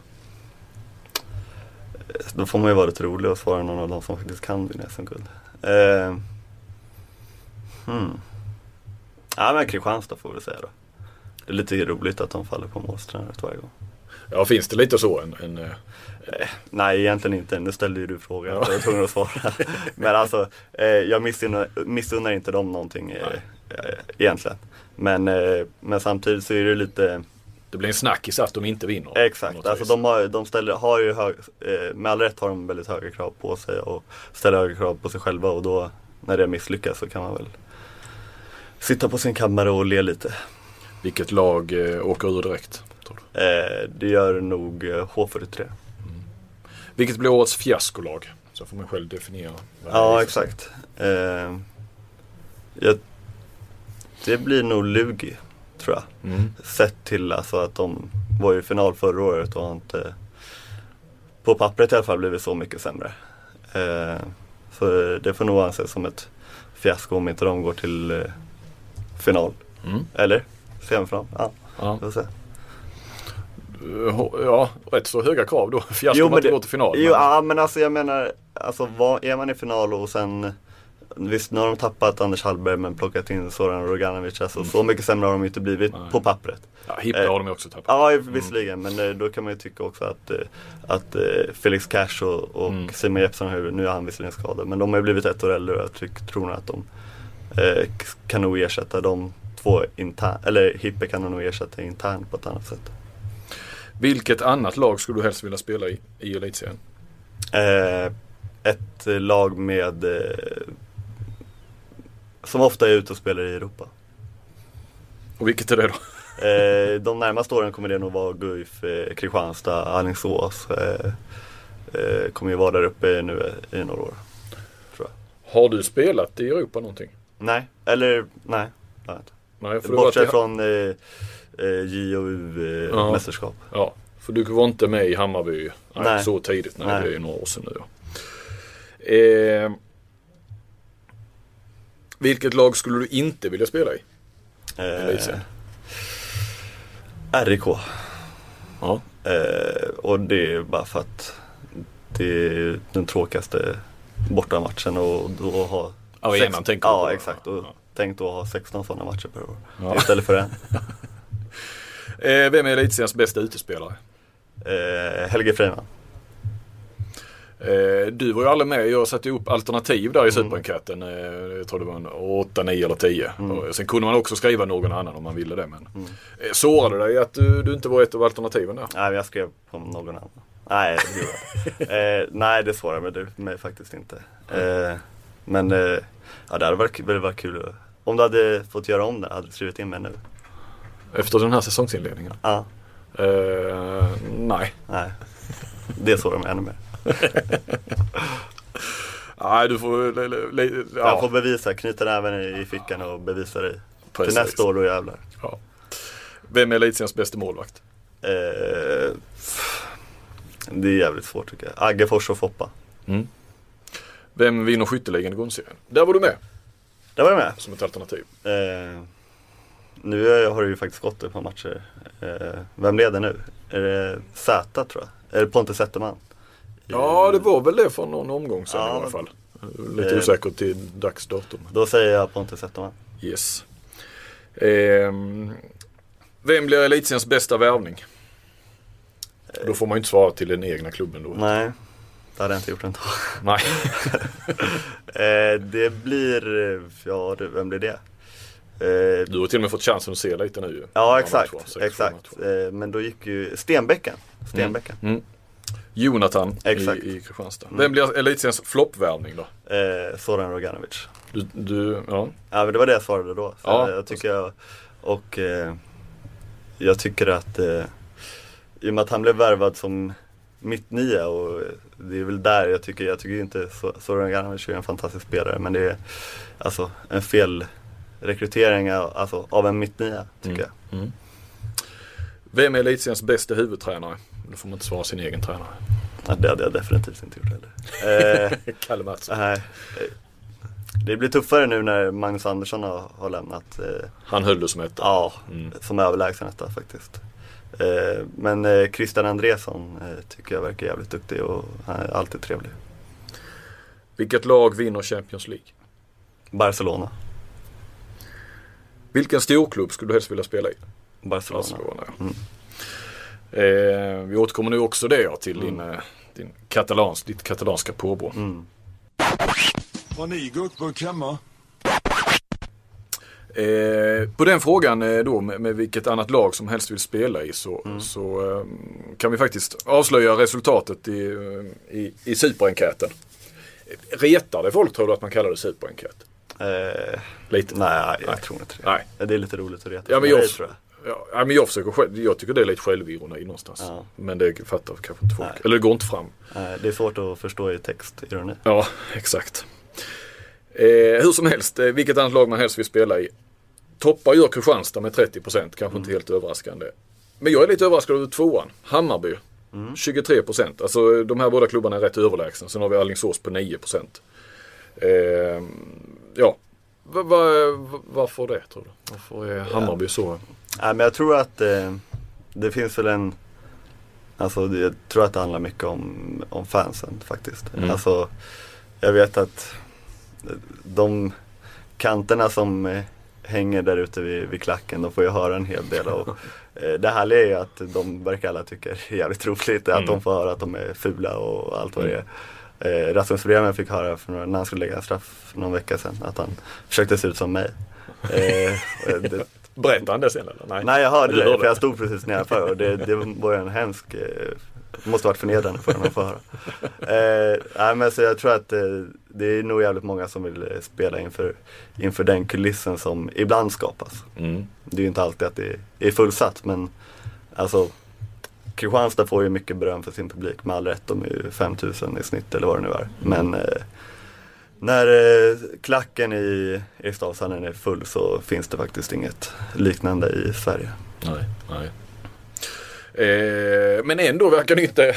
Då får man ju vara lite rolig och svara någon av dem som faktiskt kan vinna S M-guld. Eh, hmm. Ja, men Kristianstad får vi säga då. Det är lite roligt att de faller på målstränare varje gång. Ja, finns det lite så? En, en, Eh, nej, egentligen inte. Nu ställde ju du frågan. Ja. Jag är tvungen att svara. Men alltså, eh, jag missunnar, missunnar inte dem någonting eh, eh, egentligen. Men, eh, men samtidigt så är det lite... det blir en snackis att de inte vinner. Exakt. Alltså de, har, de ställer, har ju hög, eh, med all rätt har de väldigt höga krav på sig och ställer höga krav på sig själva. Och då, när det misslyckas, så kan man väl sitta på sin kammare och le lite. Vilket lag eh, åker ur direkt? Tror du? Eh, det gör nog eh, H fyrtiotre. Vilket blir årets fiaskolag? Så får man själv definiera. vad det är. Ja, exakt. Eh, jag, det blir nog Lugi, tror jag. Mm. Sett till alltså att de var i final förra året och har inte på pappret i alla fall blivit så mycket sämre. Eh, så det får nog anses som ett fiasko om inte de går till eh, final. Mm. Eller semifinal. Ja, Ja. får vi se. Ja, rätt så höga krav då. Fiasko Jo, om men att det- gå till final. Jo, men- ja, men alltså jag menar, alltså vad, är man i final och sen, visst nu har de tappat Anders Hallberg men plockat in Zoran Roganovic, alltså Mm. så mycket sämre har de inte blivit Nej. på pappret. Ja, Hippe Eh, har de ju också tappat. Ja, visserligen, men eh, då kan man ju tycka också att, eh, att eh, Felix Cash och, och Mm. Simon Jeppsson, har ju- nu är han visserligen skadad, men de har ju blivit ett år äldre och jag tyck, tror nog att de eh, k- kan nog ersätta de två internt, eller Hippe kan nog ersätta internt på ett annat sätt. Vilket annat lag skulle du helst vilja spela i, i elitserien? Eh, ett eh, lag med eh, som ofta är ute och spelar i Europa. Och vilket är det då? Eh, de närmaste åren kommer det nog vara Guif, eh, Kristianstad, Alingsås. Eh, eh, kommer ju vara där uppe nu i några år, tror jag. Har du spelat i Europa någonting? Nej, eller nej. Jag vet inte. Nej, för du var Bortsett till- från eh, eh, J O U-mästerskap. Ja. Ja, för du var inte med i Hammarby nej, Nej. så tidigt. Nej, Nej. det är några år sedan nu. Ja. Eh, vilket lag skulle du inte vilja spela i? Eh, Elitserien. R I K. Ja. Eh, och det är bara för att det är den tråkigaste bortamatchen och då ha Arenan sex- tänker du Ja, på. exakt. Och Ja. tänkt att ha sexton sådana matcher per år Ja. istället för en. Eh, vem är elitseriens bästa utespelare? Eh, Helge Freiman. Eh, du var ju aldrig med. Jag satte upp alternativ där i Mm. superenkäten. Eh, jag tror det var en åtta, nio eller tio. Mm. Och sen kunde man också skriva någon annan om man ville det. Men Mm. eh, sårade det dig att du, du inte var ett av alternativen där? Nej, men jag skrev på någon annan. Nej, det gjorde jag inte. eh, Nej, det svarar mig, det, mig faktiskt inte. Eh, men eh, ja, det hade varit, väl varit kul. att- Om du hade fått göra om det, hade du skrivit in mig nu. Efter den här säsongsinledningen? Ja, Eh, nej. nej. Det svarar mig ännu mer. Nej, du får... Le, le, le, ja, Jag får bevisa, knyta näven i fickan och bevisa dig. precis. Till nästa år då jävlar. Ja. Vem är elitseriens bästa målvakt? Eh, det är jävligt svårt tycker jag. Aggefors och Foppa. Mm. Vem vinner skytteligan i grundserien? Där var du med Där var jag med. som ett alternativ. Eh, nu har det ju faktiskt gått ett par matcher. Eh, vem leder nu? Är det Z tror jag? Är det Pontus Zetterman? Ja, det var väl det för någon omgång sedan Ja, i alla fall. Lite eh, osäker till dagsdatum. Då säger jag Pontus Zetterman. Yes. Ehm, vem blir elitseriens bästa värvning? Då får man ju inte svara till den egna klubben då. Nej, det hade jag inte gjort ändå. Nej. eh, det blir, ja du, vem blir det? Eh, Du har till och med fått chansen att se lite nu. ja Några exakt, matcher, sex, exakt. sju matcher. Eh, men då gick ju Stenbäcken. Stenbäcken. Mm. Jonathan Exakt. i, i Kristianstad. Mm. Vem blir elitseriens floppvärvning då? Eh, Zoran Roganovic. Du, du, ja. Ja, men det var det jag svarade då. Så Ja, jag tycker jag, och eh, jag tycker att eh, i och med att han blev värvad som mitt nia och det är väl där jag tycker, jag tycker inte Zoran Janovic är en fantastisk spelare, men det är alltså en fel rekrytering alltså, av en mittnia tycker mm. jag. Mm. Vem är Elitseriens bästa huvudtränare? Då får man inte svara sin egen tränare. Ja, det hade jag definitivt inte gjort heller. eh, Kalle Mattsson. Eh, det blir tuffare nu när Magnus Andersson har, har lämnat. Eh, Han höll du som etta. Ja, mm. som överlägsen etta faktiskt. Eh, men eh, Christian Andresson eh, tycker jag verkar jävligt duktig och han är alltid trevlig. Vilket lag vinner Champions League? Barcelona. Vilken storklubb skulle du helst vilja spela i? Barcelona. Barcelona ja. mm. eh, vi återkommer nu också det ja, till mm. din, din katalans, ditt katalanska påbrå. Mm. Har ni gurkburk hemma? Eh, på den frågan eh, då med, med vilket annat lag som helst vill spela i så, mm. så eh, kan vi faktiskt avslöja resultatet i, i, i superenkäten. Retar det folk, tror du, att man kallar det superenkät? Eh, lite? Nej, jag nej. tror inte det. Nej. Det är lite roligt att reta. Ja, men jag, jag, tror jag. Ja, men jag försöker själv, jag tycker det är lite självironi någonstans. Ja. Men det fattar kanske inte folk. Nej. Eller det går inte fram. Nej, det är svårt att förstå i text, ironi. Ja, exakt. Eh, hur som helst, eh, vilket annat lag man helst vill spela i. Toppar gör Kristianstad med trettio procent, kanske mm. inte helt överraskande. Men jag är lite överraskad över tvåan. Hammarby, mm. tjugotre procent. Alltså de här båda klubbarna är rätt överlägsna. Sen har vi Alingsås på nio procent. Eh, ja, va, va, va, varför det tror du? Varför är Hammarby så? Ja, men jag tror att eh, det finns väl en... Alltså jag tror att det handlar mycket om, om fansen faktiskt. Mm. Alltså jag vet att de kanterna som eh, hänger där ute vid, vid klacken, de får ju höra en hel del. Och, eh, det här är ju att de verkar alla tycka det är jävligt roligt att mm. de får höra att de är fula och allt vad det är. Eh, Rasmus Bremen fick höra för när han skulle lägga en straff för någon vecka sedan att han försökte se ut som mig. Eh, det, Berättade han det sen eller? Nej, Nej jag hörde det, för jag stod precis nedanför och det, det var en hemsk, eh, måste varit förnedrande för honom att få höra. Eh, nej, men så jag tror att eh, det är nog jävligt många som vill spela inför, inför den kulissen som ibland skapas. Mm. Det är ju inte alltid att det är fullsatt, men alltså Kristianstad får ju mycket beröm för sin publik, med all rätt, de är ju fem tusen i snitt eller vad det nu är. Men eh, när eh, klacken i Eriksdalshallen är full så finns det faktiskt inget liknande i Sverige. Nej, nej. Eh, men ändå verkar det inte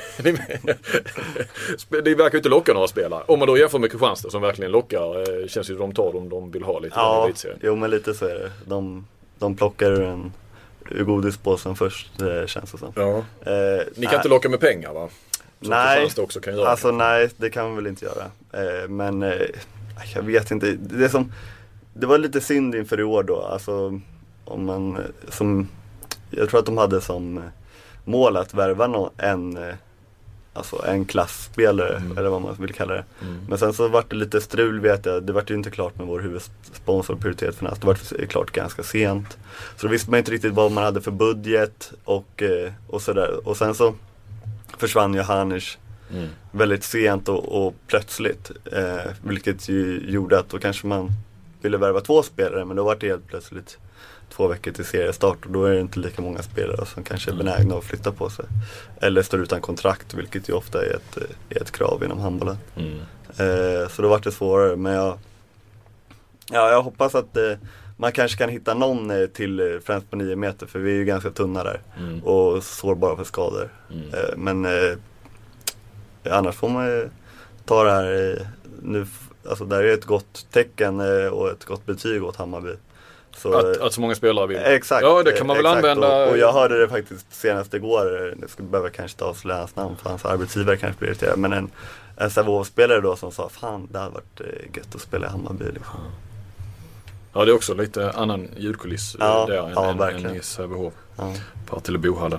det verkar inte locka några spelare. Om man då jämför med Kristianstad som verkligen lockar, eh, känns ju de tar dem de vill ha lite. Ja, jo men lite så är det. De, de plockar ur en ur godispåsen först, det känns det som. Ja. Eh, Ni kan äh, inte locka med pengar va? Som nej, också kan göra. Alltså nej, det kan man väl inte göra. Eh, men eh, jag vet inte. Det, är som, det var lite synd inför i år då. Alltså, om man, som, jag tror att de hade som mål att värva någon, en, alltså en klassspelare, mm. eller vad man vill kalla det. Mm. Men sen så var det lite strul, vet jag. Det var ju inte klart med vår huvudsponsor Prioritet Finans. Det var klart ganska sent. Så då visste man inte riktigt vad man hade för budget och, och sådär. Och sen så försvann ju Hanish mm. väldigt sent och, och plötsligt. Eh, vilket ju gjorde att då kanske man ville värva två spelare, men då var det helt plötsligt två veckor till seriestart och då är det inte lika många spelare som kanske är benägna att flytta på sig. Eller står utan kontrakt, vilket ju ofta är ett, är ett krav inom handbollen. Mm. Eh, så då var det svårare, men jag, ja, jag hoppas att eh, man kanske kan hitta någon eh, till eh, främst på nio meter, för vi är ju ganska tunna där mm. och sårbara för skador. Mm. Eh, men eh, annars får man eh, ta det här eh, nu, alltså där är ett gott tecken eh, och ett gott betyg åt Hammarby. Så, att, att så många spelare vill. Exakt. Ja, det kan man väl exakt, använda. Och, och jag hörde det faktiskt senast igår. Jag skulle behöva kanske ta avslöja hans namn för hans arbetsgivare kanske blir irriterad. Men en, en Sävehof-spelare då som sa, fan det hade varit gött att spela i Hammarby liksom. Ja, det är också lite annan ljudkuliss ja, där ja, än, än, än i Sävehof. Ja. Partille-Bohallen.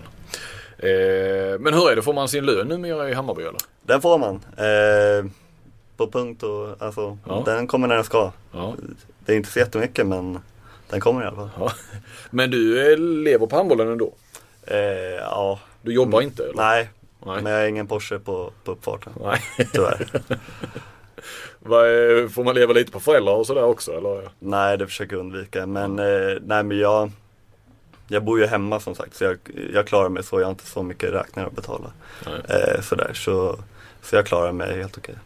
Eh, men hur är det? Får man sin lön numera i Hammarby eller? Den får man. Eh, på punkt och alltså, ja. Den kommer när den ska. Ja. Det är inte så jättemycket, men den kommer i alla fall. Ja. Men du eh, lever på handbollen ändå? Eh, ja. Du jobbar inte eller? Nej, Nej. Men jag har ingen Porsche på, på uppfarten. Nej. Tyvärr. Är, får man leva lite på föräldrar och sådär också? Eller? Nej, det försöker jag undvika. Men, eh, nej, men jag, jag bor ju hemma som sagt, så jag, jag klarar mig så. Jag har inte så mycket räkningar att betala. Eh, sådär, så, så jag klarar mig helt okej.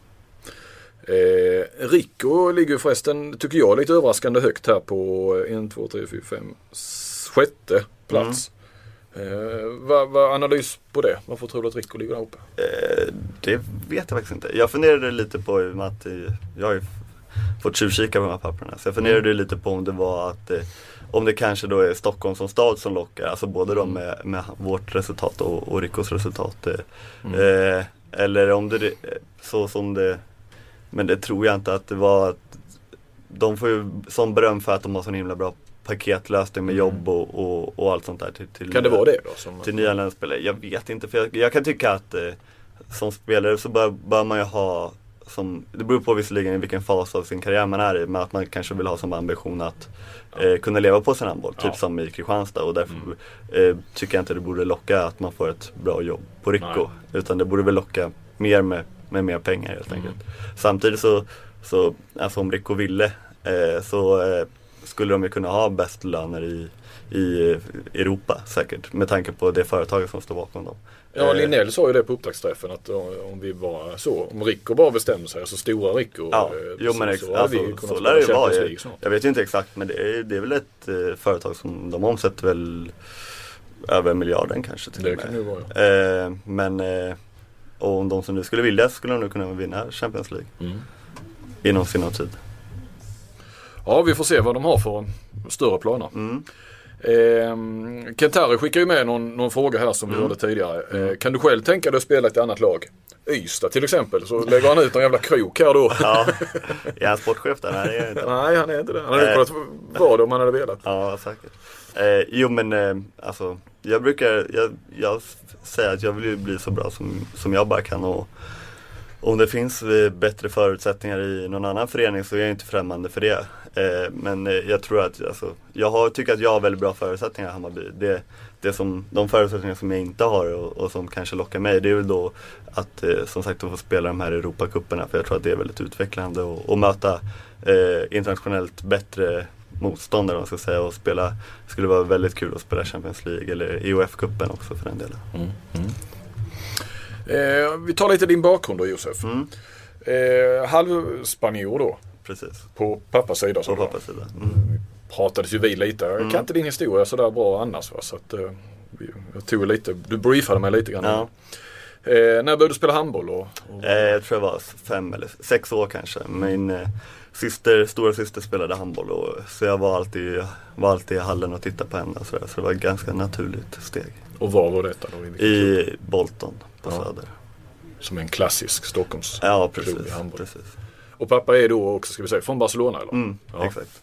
Eh, Rico ligger förresten, tycker jag, lite överraskande högt här på en, två, tre, fyra, fem, sjätte plats. Mm. Eh, vad, vad analys på det? Varför tror du att Rico ligger där uppe? Eh, det vet jag faktiskt inte. Jag funderade lite på att jag har ju fått tjuvkika på de här papperna. Så jag funderade mm. lite på om det var att eh, om det kanske då är Stockholm som stad som lockar. Alltså både mm. då med, med vårt resultat och, och Ricos resultat. Eh, mm. eh, eller om det så som det. Men det tror jag inte att det var att de får ju sån beröm för att de har sån himla bra paketlösning med jobb och, och, och allt sånt där till, till, kan det vara det då? Som till nyanlända spelare? Jag vet inte, för jag, jag kan tycka att eh, som spelare så bör, bör man ju ha som, det beror på visserligen i vilken fas av sin karriär man är i, men att man kanske vill ha som ambition att eh, kunna leva på sin handboll, typ ja. som i Kristianstad, och därför mm. eh, tycker jag inte det borde locka att man får ett bra jobb på Rico. Nej. Utan det borde väl locka mer med, med mer pengar helt enkelt. Mm. Samtidigt så, så alltså om Rico ville eh, så eh, skulle de ju kunna ha bäst löner i, i Europa säkert, med tanke på det företaget som står bakom dem. Ja, Linnell sa ju det på upptaktsträffen att om vi bara så, om Rico bara bestämmer sig, alltså stora Rico. Ja, jo men exakt, alltså, så lär det vara. Jag, jag vet ju inte exakt, men det är, det är väl ett eh, företag som de omsätter väl över miljarden kanske till det och med. Kan ju vara. Eh, men eh, och om de som nu skulle vilja skulle de nu kunna vinna Champions League mm. inom sin tid. Ja, vi får se vad de har för större planer. Mm. Eh, Kentari skickar ju med någon, någon fråga här som mm. vi hörde tidigare. Eh, kan du själv tänka dig att spela i ett annat lag? Ystad till exempel, så lägger han ut en jävla krok här då. Ja, är han sportchef där? Nej, är inte. Nej, han är inte det. Han hade kunnat vara det om han hade velat. Ja, säkert. Eh, jo, men eh, alltså, jag brukar, jag, jag säger att jag vill ju bli så bra som, som jag bara kan, och om det finns bättre förutsättningar i någon annan förening så är jag inte främmande för det. Eh, men jag tror att, alltså, jag har, tycker att jag har väldigt bra förutsättningar i Hammarby. Det, det som, de förutsättningar som jag inte har och, och som kanske lockar mig, det är väl då att eh, som sagt att få spela de här Europacuperna, för jag tror att det är väldigt utvecklande och, och möta eh, internationellt bättre motståndare, man ska säga, och spela. Det skulle vara väldigt kul att spela Champions League eller E O F-cupen också för den delen. Mm, mm. Eh, vi tar lite din bakgrund då, Josef. Mm. Eh, halvspanjor då. Precis. På pappas sida. På pappas sida. Mm. Pratades ju vi lite. Jag mm. kan inte din historia så där bra annars. Va? Så att, eh, jag tog lite, du briefade mig lite grann. Ja. Eh, när började du spela handboll? Och, och... Eh, jag tror jag var fem eller sex år kanske. Min eh, syster, stora syster spelade handboll. Och, så jag var alltid, var alltid i hallen och tittade på henne. Och så, där, så det var ett ganska naturligt steg. Och var var detta då? I, I Bolton på ja. Söder. Som en klassisk Stockholms ja, precis, precis. Och pappa är då också, ska vi säga, från Barcelona eller? Mm, ja. Exakt.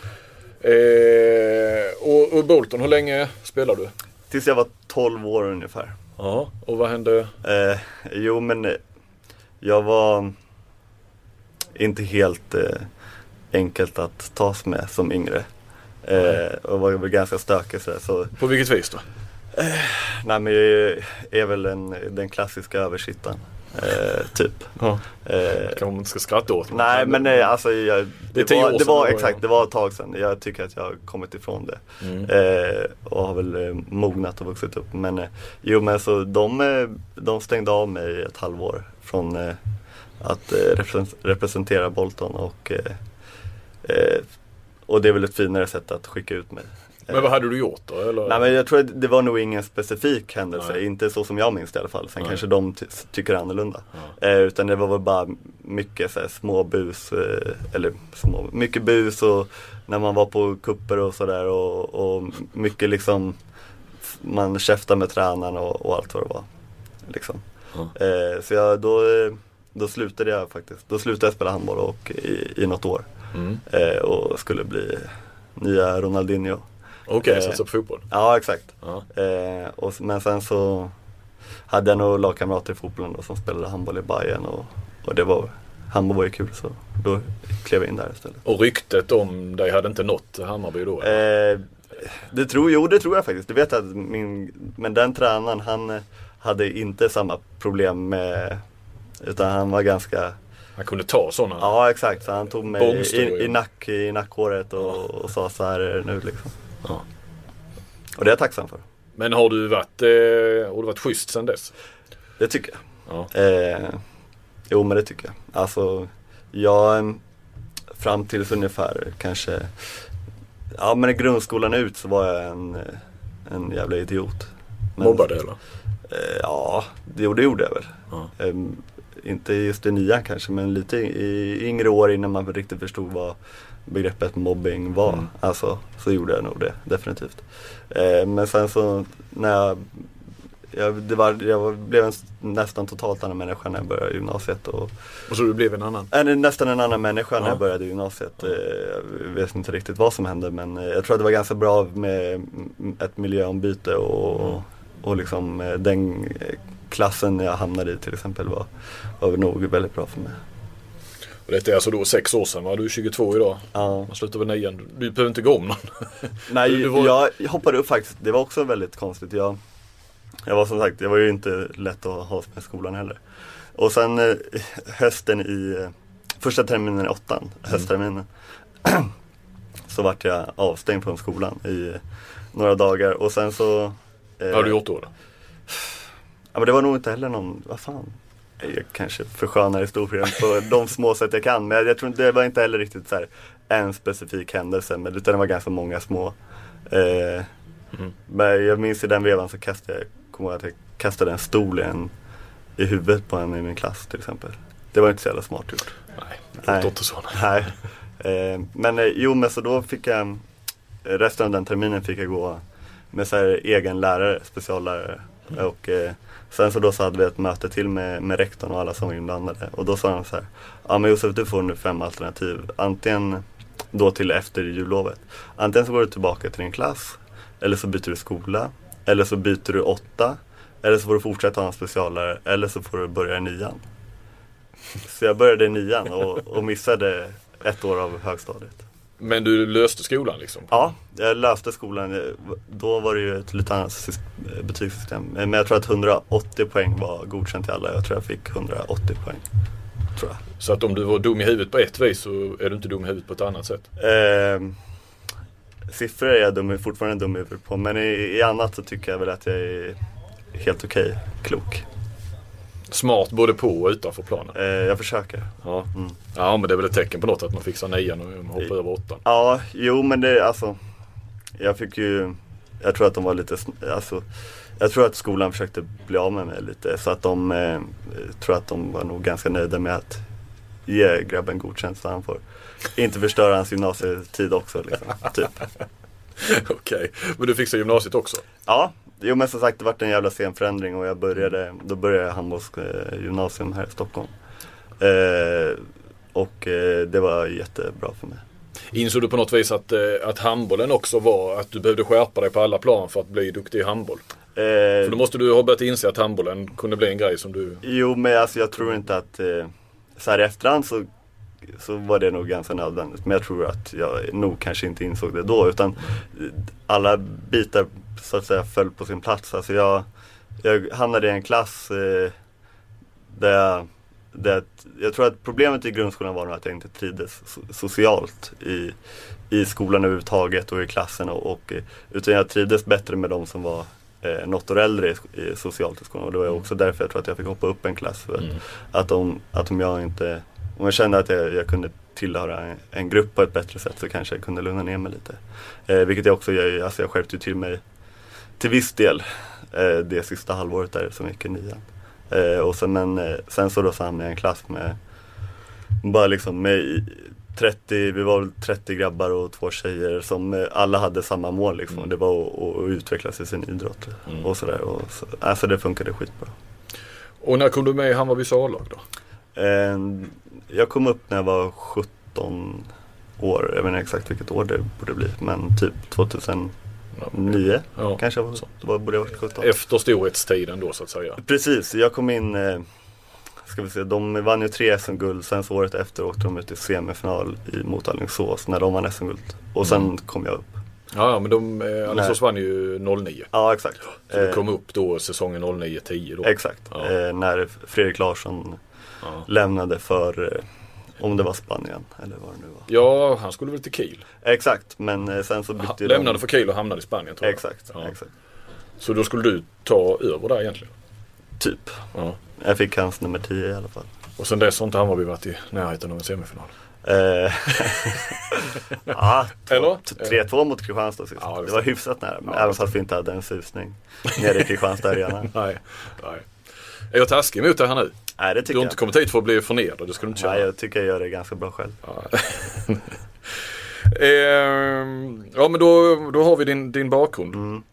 Eh, och, och Bolton, hur länge spelar du? Tills jag var tolv år ungefär. Ja, och vad hände? Eh, jo, men eh, jag var inte helt eh, enkelt att tas med som yngre. Eh, och var väl ganska stökig så, så. På vilket vis då? Eh, nej, men jag är väl en, den klassiska översittaren. Eh, typ. Ja. Eh, kan man inte ska skratta åt. Nej, men nej, alltså jag, det, det var, det var exakt, det var ett tag sedan. Jag tycker att jag har kommit ifrån det. Mm. Eh, och har väl eh, mognat och vuxit upp. Men eh, jo, men så de, de stängde av mig ett halvår från eh, att eh, representera Bolton och eh, eh, och det är väl ett finare sätt att skicka ut mig. Men vad hade du gjort då? Eller? Nej, men jag tror att det var nog ingen specifik händelse. Nej. Inte så som jag minns det i alla fall. Sen Nej. Kanske de ty- tycker annorlunda. Ja. Eh, utan det var väl bara mycket så här, små bus. Eh, eller små, mycket bus och när man var på kupper och sådär. Och, och mycket liksom man käftade med tränaren och, och allt vad det var. Liksom. Ja. Eh, så jag, då, då slutade jag faktiskt. Då slutade jag spela handboll och, i, i något år. Mm. Eh, och skulle bli nya Ronaldinho. Okej, okay, eh, satsa på fotboll. Ja, exakt. Ja. Eh, och, men sen så hade jag nog lagkamrater i fotbollen då, som spelade handboll i Bayern och, och det var, handboll var ju kul, så då klev jag in där istället. Och ryktet om dig hade inte nått Hammarby då? Eh, det tror, jo, det tror jag faktiskt. Det vet jag att min, men den tränaren, han hade inte samma problem med, utan han var ganska... Han kunde ta sådana. Ja, exakt. Så han tog mig i, i, nack, i nackhåret och, och sa så här är det nu liksom. Ja. Och det är jag tacksam för. Men har du varit, eh, har du varit schysst sedan dess? Det tycker jag. Ja. Eh, jo, men det tycker jag. Alltså, jag fram tills ungefär kanske, ja men i grundskolan ut så var jag en, en jävla idiot. Men, mobbade eller? Eh, ja, det, det gjorde jag väl. Ja. Eh, inte just i nian kanske, men lite i yngre år innan man riktigt förstod vad begreppet mobbing var. Mm. Alltså, så gjorde jag nog det, definitivt. Eh, men sen så när jag, jag, det var, jag blev en, nästan totalt annan människa när jag började gymnasiet. Och, och så du blev en annan? Äh, nästan en annan människa ja. när jag började gymnasiet. Ja. Eh, jag vet inte riktigt vad som hände, men eh, jag tror att det var ganska bra med ett miljöombyte och, mm. och liksom eh, den klassen jag hamnade i till exempel var, var nog väldigt bra för mig. Och detta är alltså då sex år sedan, va? Du är tjugotvå idag. Ja. Man slutar väl nian. Du behöver inte gå om någon. Nej, du, du var... jag hoppade upp faktiskt. Det var också väldigt konstigt. Jag, jag var som sagt, jag var ju inte lätt att ha med skolan heller. Och sen eh, hösten i, eh, första terminen i åttan, höstterminen, mm. så vart jag avstängd från skolan i eh, några dagar. Och sen så... Eh, vad har du gjort då? då? Ja, men det var nog inte heller någon, vad fan. Jag kanske förskönar historien på de små sätt jag kan. Men jag tror det var inte heller riktigt så här en specifik händelse. Men utan det var ganska många små. Eh, mm. Men jag minns i den vevan så kastade jag, kommer jag att jag kastade en stol i, en, i huvudet på en i min klass till exempel. Det var inte så jävla smart gjort. Nej, det var inte så. Nej. Eh, men eh, jo, men så då fick jag, resten av den terminen fick jag gå med så här egen lärare, speciallärare. Mm. Och eh, sen så då så hade vi ett möte till med, med rektorn och alla som var inblandade. Och då sa han så här: ja men Josef, du får nu fem alternativ. Antingen då till efter jullovet. Antingen så går du tillbaka till din klass. Eller så byter du skola. Eller så byter du åtta. Eller så får du fortsätta ha en speciallärare. Eller så får du börja i nian. Så jag började i nian och, och missade ett år av högstadiet. Men du löste skolan liksom? Ja, jag löste skolan. Då var det ju ett lite annat betygssystem. Men jag tror att hundraåttio poäng var godkänt till alla. Jag tror jag fick hundraåttio poäng. Tror jag. Så att om du var dum i huvudet på ett vis så är du inte dum i huvudet på ett annat sätt? Eh, siffror är jag dum, fortfarande dum i huvudet på. Men i, i annat så tycker jag väl att jag är helt okej, okay, klok. Smart både på och utanför planen. Eh, jag försöker. Ja. Mm. Ja, men det är väl ett tecken på något att man fixar nian och hoppar I, över åttan. Ja, jo men det alltså. Jag fick ju, jag tror att de var lite, alltså, jag tror att skolan försökte bli av med mig lite. Så att de, eh, tror att de var nog ganska nöjda med att ge grabben godkänt så han får inte förstöra hans gymnasietid också liksom, typ. Okej, okay. Men du fixade gymnasiet också? Ja. Jo men som sagt det var en jävla sen förändring och jag började, då började jag Handbolls eh, gymnasium här i Stockholm. Eh, och eh, det var jättebra för mig. Insåg du på något vis att, eh, att handbollen också var att du behövde skärpa dig på alla plan för att bli duktig i handboll? Eh, för då måste du ha börjat inse att handbollen kunde bli en grej som du... Jo men alltså jag tror inte att eh, så här i efterhand så, så var det nog ganska nödvändigt. Men jag tror att jag nog kanske inte insåg det då utan alla bitar så att säga föll på sin plats. Alltså jag, jag hamnade i en klass eh, där, jag, där jag tror att problemet i grundskolan var nog att jag inte trivdes so- socialt i, i skolan överhuvudtaget och i klassen och, och utan jag trivdes bättre med de som var eh, något år äldre i, i socialt i skolan och det var också därför jag tror att jag fick hoppa upp en klass för mm. att, om, att om jag inte om jag kände att jag, jag kunde tillhöra en, en grupp på ett bättre sätt så kanske jag kunde lugna ner mig lite. Eh, vilket jag också gör, alltså jag skärpte till mig till viss del eh, det sista halvåret där som gick i nian. Eh, och sen, men, eh, sen så då samlade jag en klass med bara liksom med trettio, vi var väl trettio grabbar och två tjejer som eh, alla hade samma mål liksom. Mm. Det var att, att utvecklas i sin idrott mm. och sådär. Och så, alltså det funkade skitbra. Och när kom du med i Hammarbys A-lag då? Eh, jag kom upp när jag var sjutton år, jag vet inte exakt vilket år det borde bli, men typ tvåtusen nio ja. Kanske var, det var, borde jag varit sjutton. Efter storhetstiden då så att säga. Precis, jag kom in eh, ska vi se, de vann ju tre S M-guld, sen så året efter åkte de ut i semifinal i, mot Alingsås när de vann S M-guld och sen mm. kom jag upp. Ja, ja men de, eh, Alingsås vann ju noll nio. Ja, exakt. Så du kom upp då säsongen noll nio tio då. Exakt, ja. eh, när Fredrik Larsson ja. lämnade för Om det var Spanien eller vad det nu var. Ja, han skulle väl till Kiel. Exakt, men eh, sen så bytte ha, lämnade de... för Kiel och hamnade i Spanien, tror jag. Exakt, ja. exakt. Så då skulle du ta över där egentligen? Typ. Ja. Jag fick hans nummer tio i alla fall. Och sen dess har inte Hammarby varit i närheten av en semifinal. ja, Eller? tre två mot Kristianstad sist. Ja, det, det var hyfsat nära, ja, även fast vi inte hade en susning nere i Kristianstad arena. nej, nej. Är jag taskig mot det här nu? Nej, det tycker du har jag. inte kommit hit för att bli förnedrad, det ska du inte köra. Nej, jag tycker jag gör det ganska bra själv. Ja, eh, ja men då, då har vi din, din bakgrund. Mm.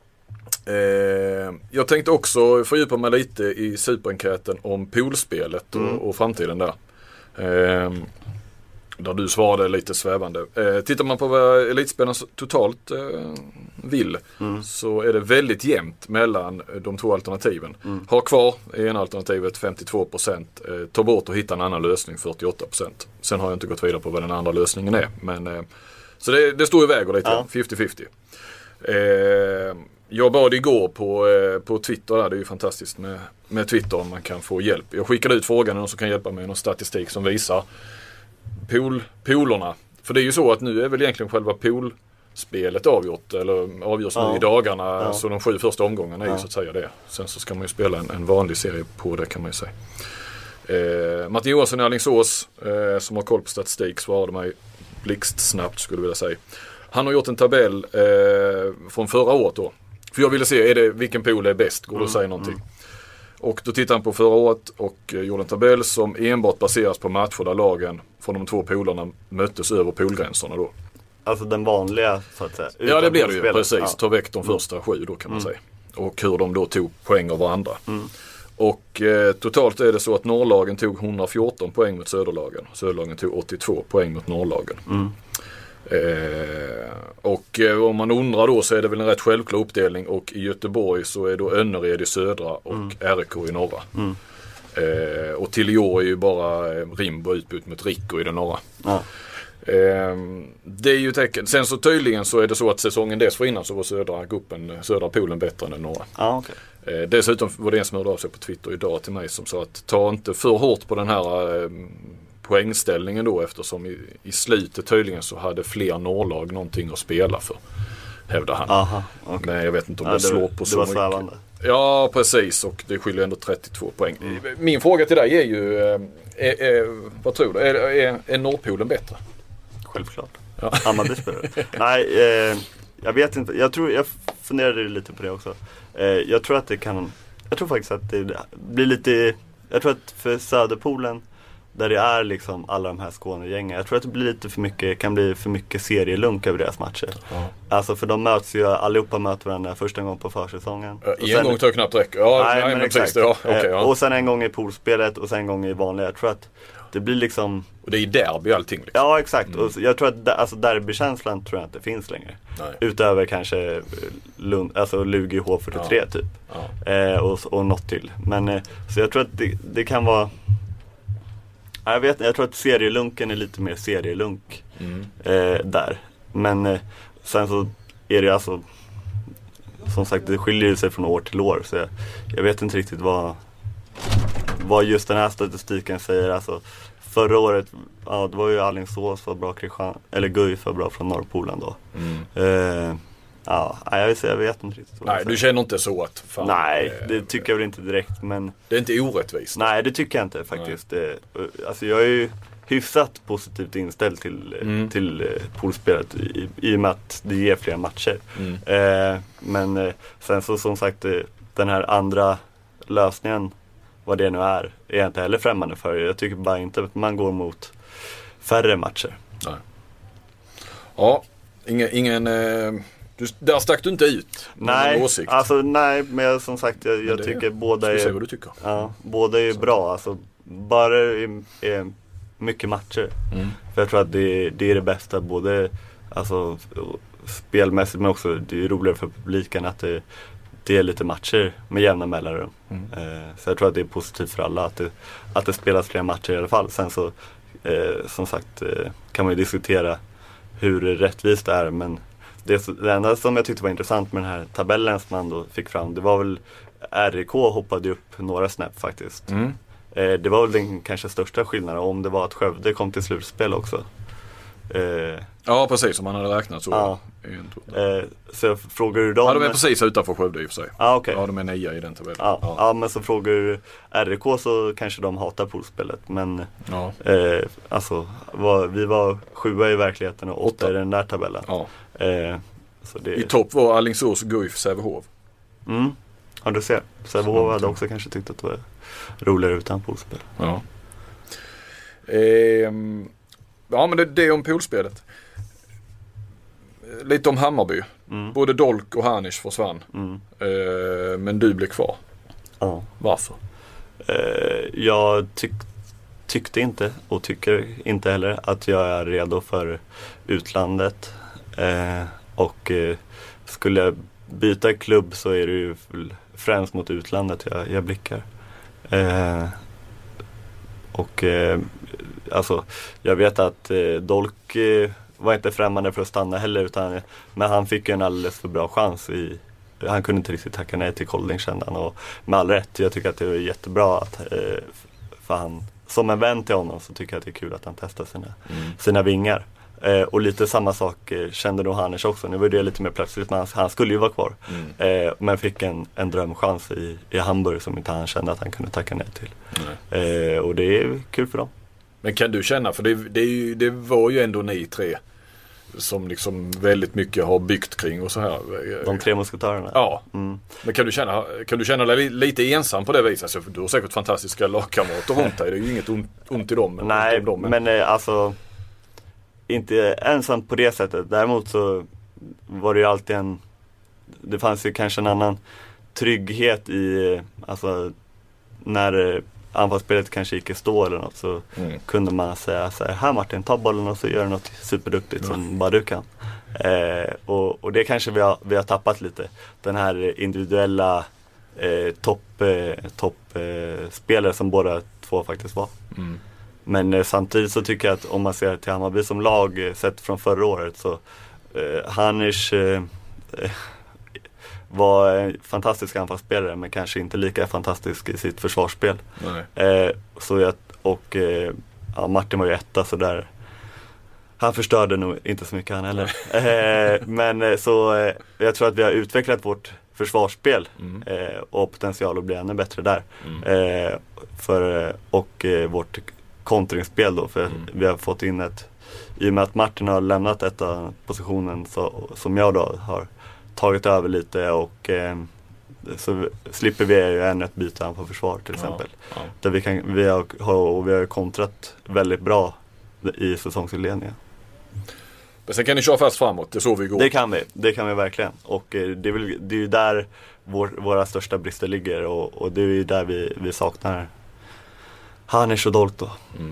Eh, jag tänkte också fördjupa mig lite i superenkäten om poolspelet och, mm. och framtiden där. Eh, där du svarade lite svävande. Eh, tittar man på vad elitspelarna totalt eh, vill mm. så är det väldigt jämnt mellan de två alternativen. Mm. Ha kvar i ena alternativet femtiotvå procent. Eh, ta bort och hitta en annan lösning fyrtioåtta procent. Sen har jag inte gått vidare på vad den andra lösningen är. Men, eh, så det, det står i väg och lite ja. femtio femtio. Eh, jag bad igår på, eh, på Twitter där. Det är ju fantastiskt med, med Twitter om man kan få hjälp. Jag skickade ut frågan och någon som kan hjälpa mig med någon statistik som visar Pool, poolorna. För det är ju så att nu är väl egentligen själva poolspelet avgjort. Eller avgörs ja. nu i dagarna. Ja. Så de sju första omgångarna är ja. ju så att säga det. Sen så ska man ju spela en, en vanlig serie på det, kan man ju säga. Eh, Martin Johansson i Alingsås eh, som har koll på statistik svarade mig blixtsnabbt, skulle jag vilja säga. Han har gjort en tabell eh, från förra året då. För jag ville se, är det, vilken pool är bäst? Går det att säga någonting? Mm. Och då tittade han på förra året och eh, gjorde en tabell som enbart baseras på matcher där lagen från de två polarna möttes över poolgränserna då. Alltså den vanliga, så att säga. Ja, det blir det ju. Precis. Ja. Ta väck de första mm. sju då, kan man mm. säga. Och hur de då tog poäng av varandra. Mm. Och eh, totalt är det så att norrlagen tog hundrafjorton poäng mot söderlagen. Söderlagen tog åttiotvå poäng mot norrlagen. Mm. Eh, och eh, om man undrar då så är det väl en rätt självklar uppdelning. Och i Göteborg så är då Önnered i södra och mm. R K i norra. Mm. Eh, och till i år är ju bara eh, Rimbo utbytt mot Rico i den norra. Ja. Eh, det är ju tecken. Sen så tydligen så är det så att säsongen dessförinnan så var södra gruppen, södra polen bättre än den norra. Ja, okay. eh, dessutom var det en som hörde av sig på Twitter idag till mig som sa att ta inte för hårt på den här eh, poängställningen då, eftersom i, i slutet tydligen så hade fler norrlag någonting att spela för, hävdar han. Aha, okay. Men jag vet inte om ja, det, det slår på det så var mycket. Svävande. Ja, precis, och det skiljer ändå trettiotvå poäng. Mm. Min fråga till dig är ju är, är, vad tror du? Är, är, är Norrpolen bättre? Självklart. Ja. Hammarby spelar. Nej, eh, jag vet inte. Jag tror jag funderade lite på det också. Eh, jag tror att det kan jag tror faktiskt att det blir lite, jag tror att för Söderpolen där det är liksom alla de här Skånegängen, jag tror att det blir lite för mycket, kan bli för mycket serielunk över deras matcher. Ja. Alltså för de möts ju, allihopa möter varandra första gången på försäsongen. Ja, en gång tar jag knappt räcker. Ja, nej, nej, men, men exakt. precis det, ja. Okay, ja. Och sen en gång i poolspelet och sen en gång i vanliga. Jag tror att det blir liksom... Och det är derby allting liksom. Ja, exakt. Mm. Och jag tror att alltså, derbykänslan tror jag inte finns längre. Nej. Utöver kanske Lund, alltså Lugi H fyrtiotre ja. typ. Ja. Eh, och, och något till. Men eh, så jag tror att det, det kan vara... Jag vet jag tror att serielunken är lite mer serielunk mm. eh, där. Men eh, sen så är det alltså... Som sagt, det skiljer sig från år till år. Så jag, jag vet inte riktigt vad... vad just den här statistiken säger. Alltså, förra året, ja, det var ju Alingsås för bra, Kristian, eller Guif för bra från Norrpolen då. Mm. Eh, ja, jag vet, jag vet inte riktigt. Nej, du känner inte så att... Fan, nej, det tycker jag väl inte direkt, men... Det är inte orättvist. Nej, det tycker jag inte faktiskt. Eh, alltså, jag är ju hyfsat positivt inställd till, mm. till eh, poolspelet i, i och med att det ger fler matcher. Mm. Eh, men eh, sen så som sagt, eh, den här andra lösningen, vad det nu är, är jag inte heller främmande för. Jag tycker bara inte att man går mot färre matcher. Nej. Ja, ingen... ingen eh, du, där stack du inte ut. Nej, åsikt. alltså nej, men som sagt, jag, jag tycker är, båda är... se vad du tycker. Ja, båda är så bra. Alltså, bara är, är mycket matcher. Mm. För jag tror att det, det är det bästa, både alltså, spelmässigt, men också det är roligare för publiken att det det är lite matcher med jämna mellanrum. Mm. Eh, så jag tror att det är positivt för alla att det, att det spelas fler matcher i alla fall. Sen så, eh, som sagt, eh, kan man ju diskutera hur rättvist det är. Men det, det enda som jag tyckte var intressant med den här tabellen som man då fick fram, det var väl R K hoppade upp några snäpp faktiskt. Mm. Eh, det var väl den kanske största skillnaden, om det var att Skövde kom till slutspel också. Eh, ja, precis, som man hade räknat så. Ja. Eh, så frågar du dem... Ja, de är precis utanför Skövde i och för sig. Ah, okay. Ja, de är nia i den tabellen. Ja, ja. ja, men så frågar du R K så kanske de hatar poolspelet. Men ja. eh, alltså, var, vi var sjua i verkligheten och åtta i den där tabellen. Ja. Eh, så det... I topp var Alingsås, Guif, Sävehof. Mm. Ja, du ser. Sävehof hade också kanske tyckt att det var roligare utan poolspel. Ja. Eh, ja, men det, det är om poolspelet. Lite om Hammarby. Mm. Både Dolk och Hanisch försvann. Mm. Eh, men du blev kvar. Ja. Varför? Eh, jag tyck, tyckte inte och tycker inte heller att jag är redo för utlandet. Eh, och eh, skulle jag byta klubb så är det ju främst mot utlandet jag, jag blickar. Eh, och eh, alltså jag vet att eh, Dolk eh, var inte främmande för att stanna heller, utan, men han fick ju en alldeles för bra chans i, han kunde inte riktigt tacka nej till Kolding, kände han, och med all rätt. Jag tycker att det är jättebra att, eh, för han, som en vän till honom så tycker jag att det är kul att han testar sina, mm. sina vingar. Eh, och lite samma sak eh, kände nog Hanisch också. Nu var det lite mer plötsligt, men han, han skulle ju vara kvar. Mm. Eh, men fick en, en drömchans i, i Hamburg som inte han kände att han kunde tacka nej till. Mm. Eh, och det är kul för dem. Men kan du känna, för det, det, är ju, det var ju ändå ni tre som liksom väldigt mycket har byggt kring och så här. De tre musketörerna. Ja. Mm. Men kan du känna, kan du känna dig lite ensam på det viset? Alltså, för du har säkert fantastiska lagkamrater runt dig. Det är ju inget ont, ont i dem. Men nej, dem, men, men eh, alltså inte ensam på det sättet. Däremot så var det ju alltid en, det fanns ju kanske en annan trygghet i, alltså när anfallsspelet kanske gick i stå eller något, så mm. kunde man säga så här: här Martin, ta bollen och så gör du något superduktigt mm. som bara du kan. Eh, och, och det kanske vi har, vi har tappat lite. Den här individuella eh, topp eh, top, eh, spelare som båda två faktiskt var. Mm. Men eh, samtidigt så tycker jag att om man ser till Hammarby som lag eh, sett från förra året, så eh, Hanisch eh, var en fantastisk anfallsspelare, men kanske inte lika fantastisk i sitt försvarsspel. Eh, så jag, och eh, ja, Martin var ju etta, så där han förstörde nog inte så mycket han heller. eh, men så eh, jag tror att vi har utvecklat vårt försvarsspel mm. eh, och potential att bli ännu bättre där. Mm. Eh, för, och eh, vårt kontringsspel då, för mm. vi har fått in ett, i och med att Martin har lämnat detta positionen, så, som jag då har tagit över lite, och eh, så slipper vi ju än ett byte på försvar till exempel. Ja, ja. Där vi, kan, vi, har, och vi har kontrat väldigt bra i säsongsinledningen. Men sen kan ni köra fast framåt, det såg vi igår. Det kan vi, det kan vi verkligen. Och eh, det, är väl, det är ju där vår, våra största brister ligger, och, och det är ju där vi, vi saknar Hanisch och Dolk då. Mm.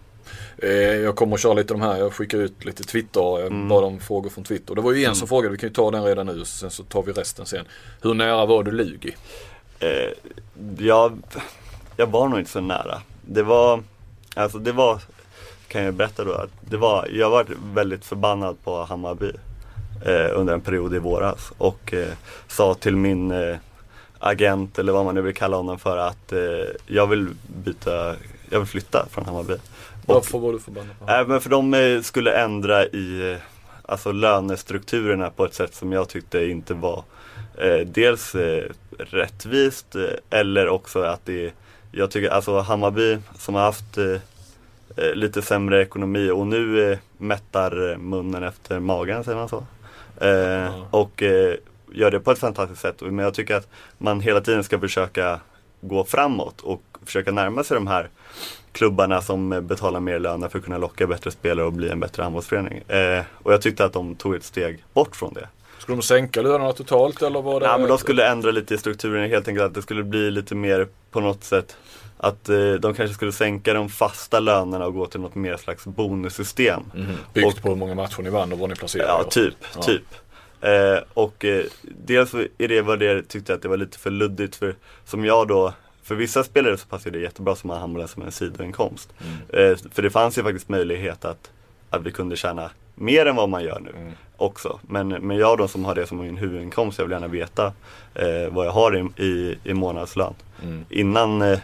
Jag kommer att köra lite de här, jag skickar ut lite Twitter, mm. bara de frågor från Twitter. Det var ju en mm. som frågade, vi kan ju ta den redan nu, sen så tar vi resten sen. Hur nära var du Lugi? Eh, jag, jag var nog inte så nära. Det var, alltså det var, kan jag berätta då, att det var, jag var väldigt förbannad på Hammarby eh, under en period i våras, och eh, sa till min eh, agent, eller vad man nu vill kalla honom för, att eh, jag vill byta, jag vill flytta från Hammarby. Varför var du förbannad på? Äh, men för de skulle ändra i alltså lönestrukturerna på ett sätt som jag tyckte inte var eh, dels eh, rättvist, eh, eller också att det, jag tycker, alltså Hammarby som har haft eh, lite sämre ekonomi och nu eh, mättar munnen efter magen, säger man så. Eh, mm. Och eh, gör det på ett fantastiskt sätt. Men jag tycker att man hela tiden ska försöka gå framåt och försöka närma sig de här klubbarna som betalar mer löner för att kunna locka bättre spelare och bli en bättre handbollsförening. Eh, och jag tyckte att de tog ett steg bort från det. Skulle de sänka lönerna totalt, eller var det? Nej, men de skulle ändra lite i strukturen, helt enkelt att det skulle bli lite mer på något sätt att eh, de kanske skulle sänka de fasta lönerna och gå till något mer slags bonussystem. Mm-hmm. Byggt och, på hur många matcher ni vann och var ni placerade. Ja, typ. Ja. typ. Eh, och eh, dels är det vad det tyckte att det var lite för luddigt, för som jag då, för vissa spelare så passar det jättebra som man handlar som en sidoinkomst. Mm. Eh, för det fanns ju faktiskt möjlighet att, att vi kunde tjäna mer än vad man gör nu mm. också. Men, men jag då som har det som min huvudinkomst, jag vill gärna veta eh, vad jag har i, i, i månadslön. Mm. Innan, eh,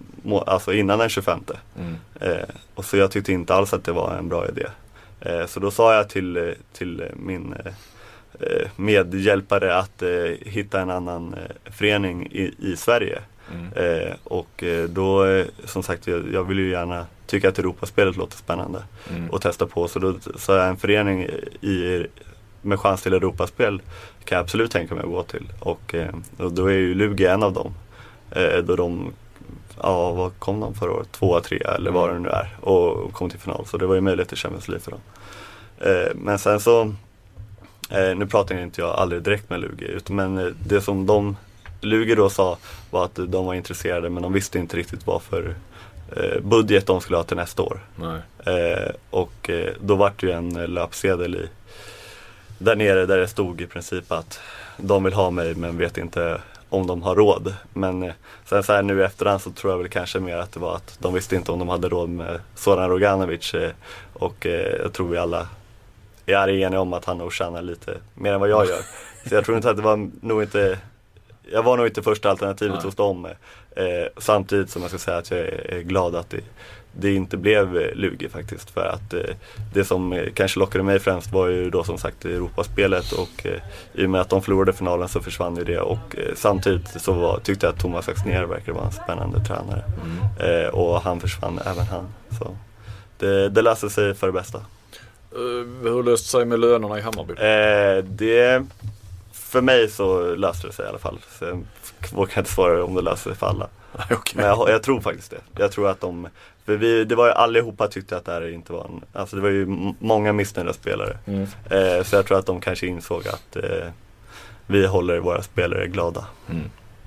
alltså innan den tjugofemte. Mm. Eh, och så jag tyckte inte alls att det var en bra idé. Eh, så då sa jag till, till min eh, medhjälpare att eh, hitta en annan eh, förening i, i Sverige. Mm. Eh, och eh, då, eh, som sagt, jag, jag vill ju gärna tycka att Europaspelet låter spännande mm. och testa på. Så då sa jag en förening i, med chans till Europaspel kan jag absolut tänka mig att gå till. Och, eh, och då är ju Lugi en av dem. Eh, då de, ja vad kom de förra året? Tvåa, trea eller vad det nu är. Och kom till final. Så det var ju möjligt till Champions League för dem. Eh, men sen så, eh, nu pratar jag inte jag aldrig direkt med Lugi. Utan, men eh, det som de, Lugi då sa var att de var intresserade men de visste inte riktigt vad för eh, budget de skulle ha till nästa år. Nej. Eh, och eh, då var det ju en löpsedel i där nere där det stod i princip att de vill ha mig men vet inte om de har råd. Men eh, sen så här nu i efterhand så tror jag väl kanske mer att det var att de visste inte om de hade råd med Zoran Roganovic. Eh, och eh, jag tror vi alla är eniga om att han nog tjänar lite mer än vad jag gör. Så jag tror inte att det var nog inte, jag var nog inte första alternativet Nej. hos dem. Eh, samtidigt som jag ska säga att jag är glad att det det inte blev Lugi faktiskt, för att eh, det som eh, kanske lockade mig främst var ju då som sagt Europaspelet och eh, i och med att de förlorade finalen så försvann ju det och eh, samtidigt så var, tyckte jag att Thomas Axnér verkar vara en spännande tränare mm. eh, och han försvann även han, så det, det löste sig för det bästa. Uh, hur löste sig med lönerna i Hammarby? Eh, det, för mig så löste det sig i alla fall, så jag vågar inte svara om det löste sig för alla. Okay. Men jag, jag tror faktiskt det. Jag tror att de, för vi, det var ju allihopa tyckte att det här inte var en, alltså det var ju m- många missnöjda spelare. Mm. Eh, så jag tror att de kanske insåg att eh, vi håller våra spelare glada. Mm.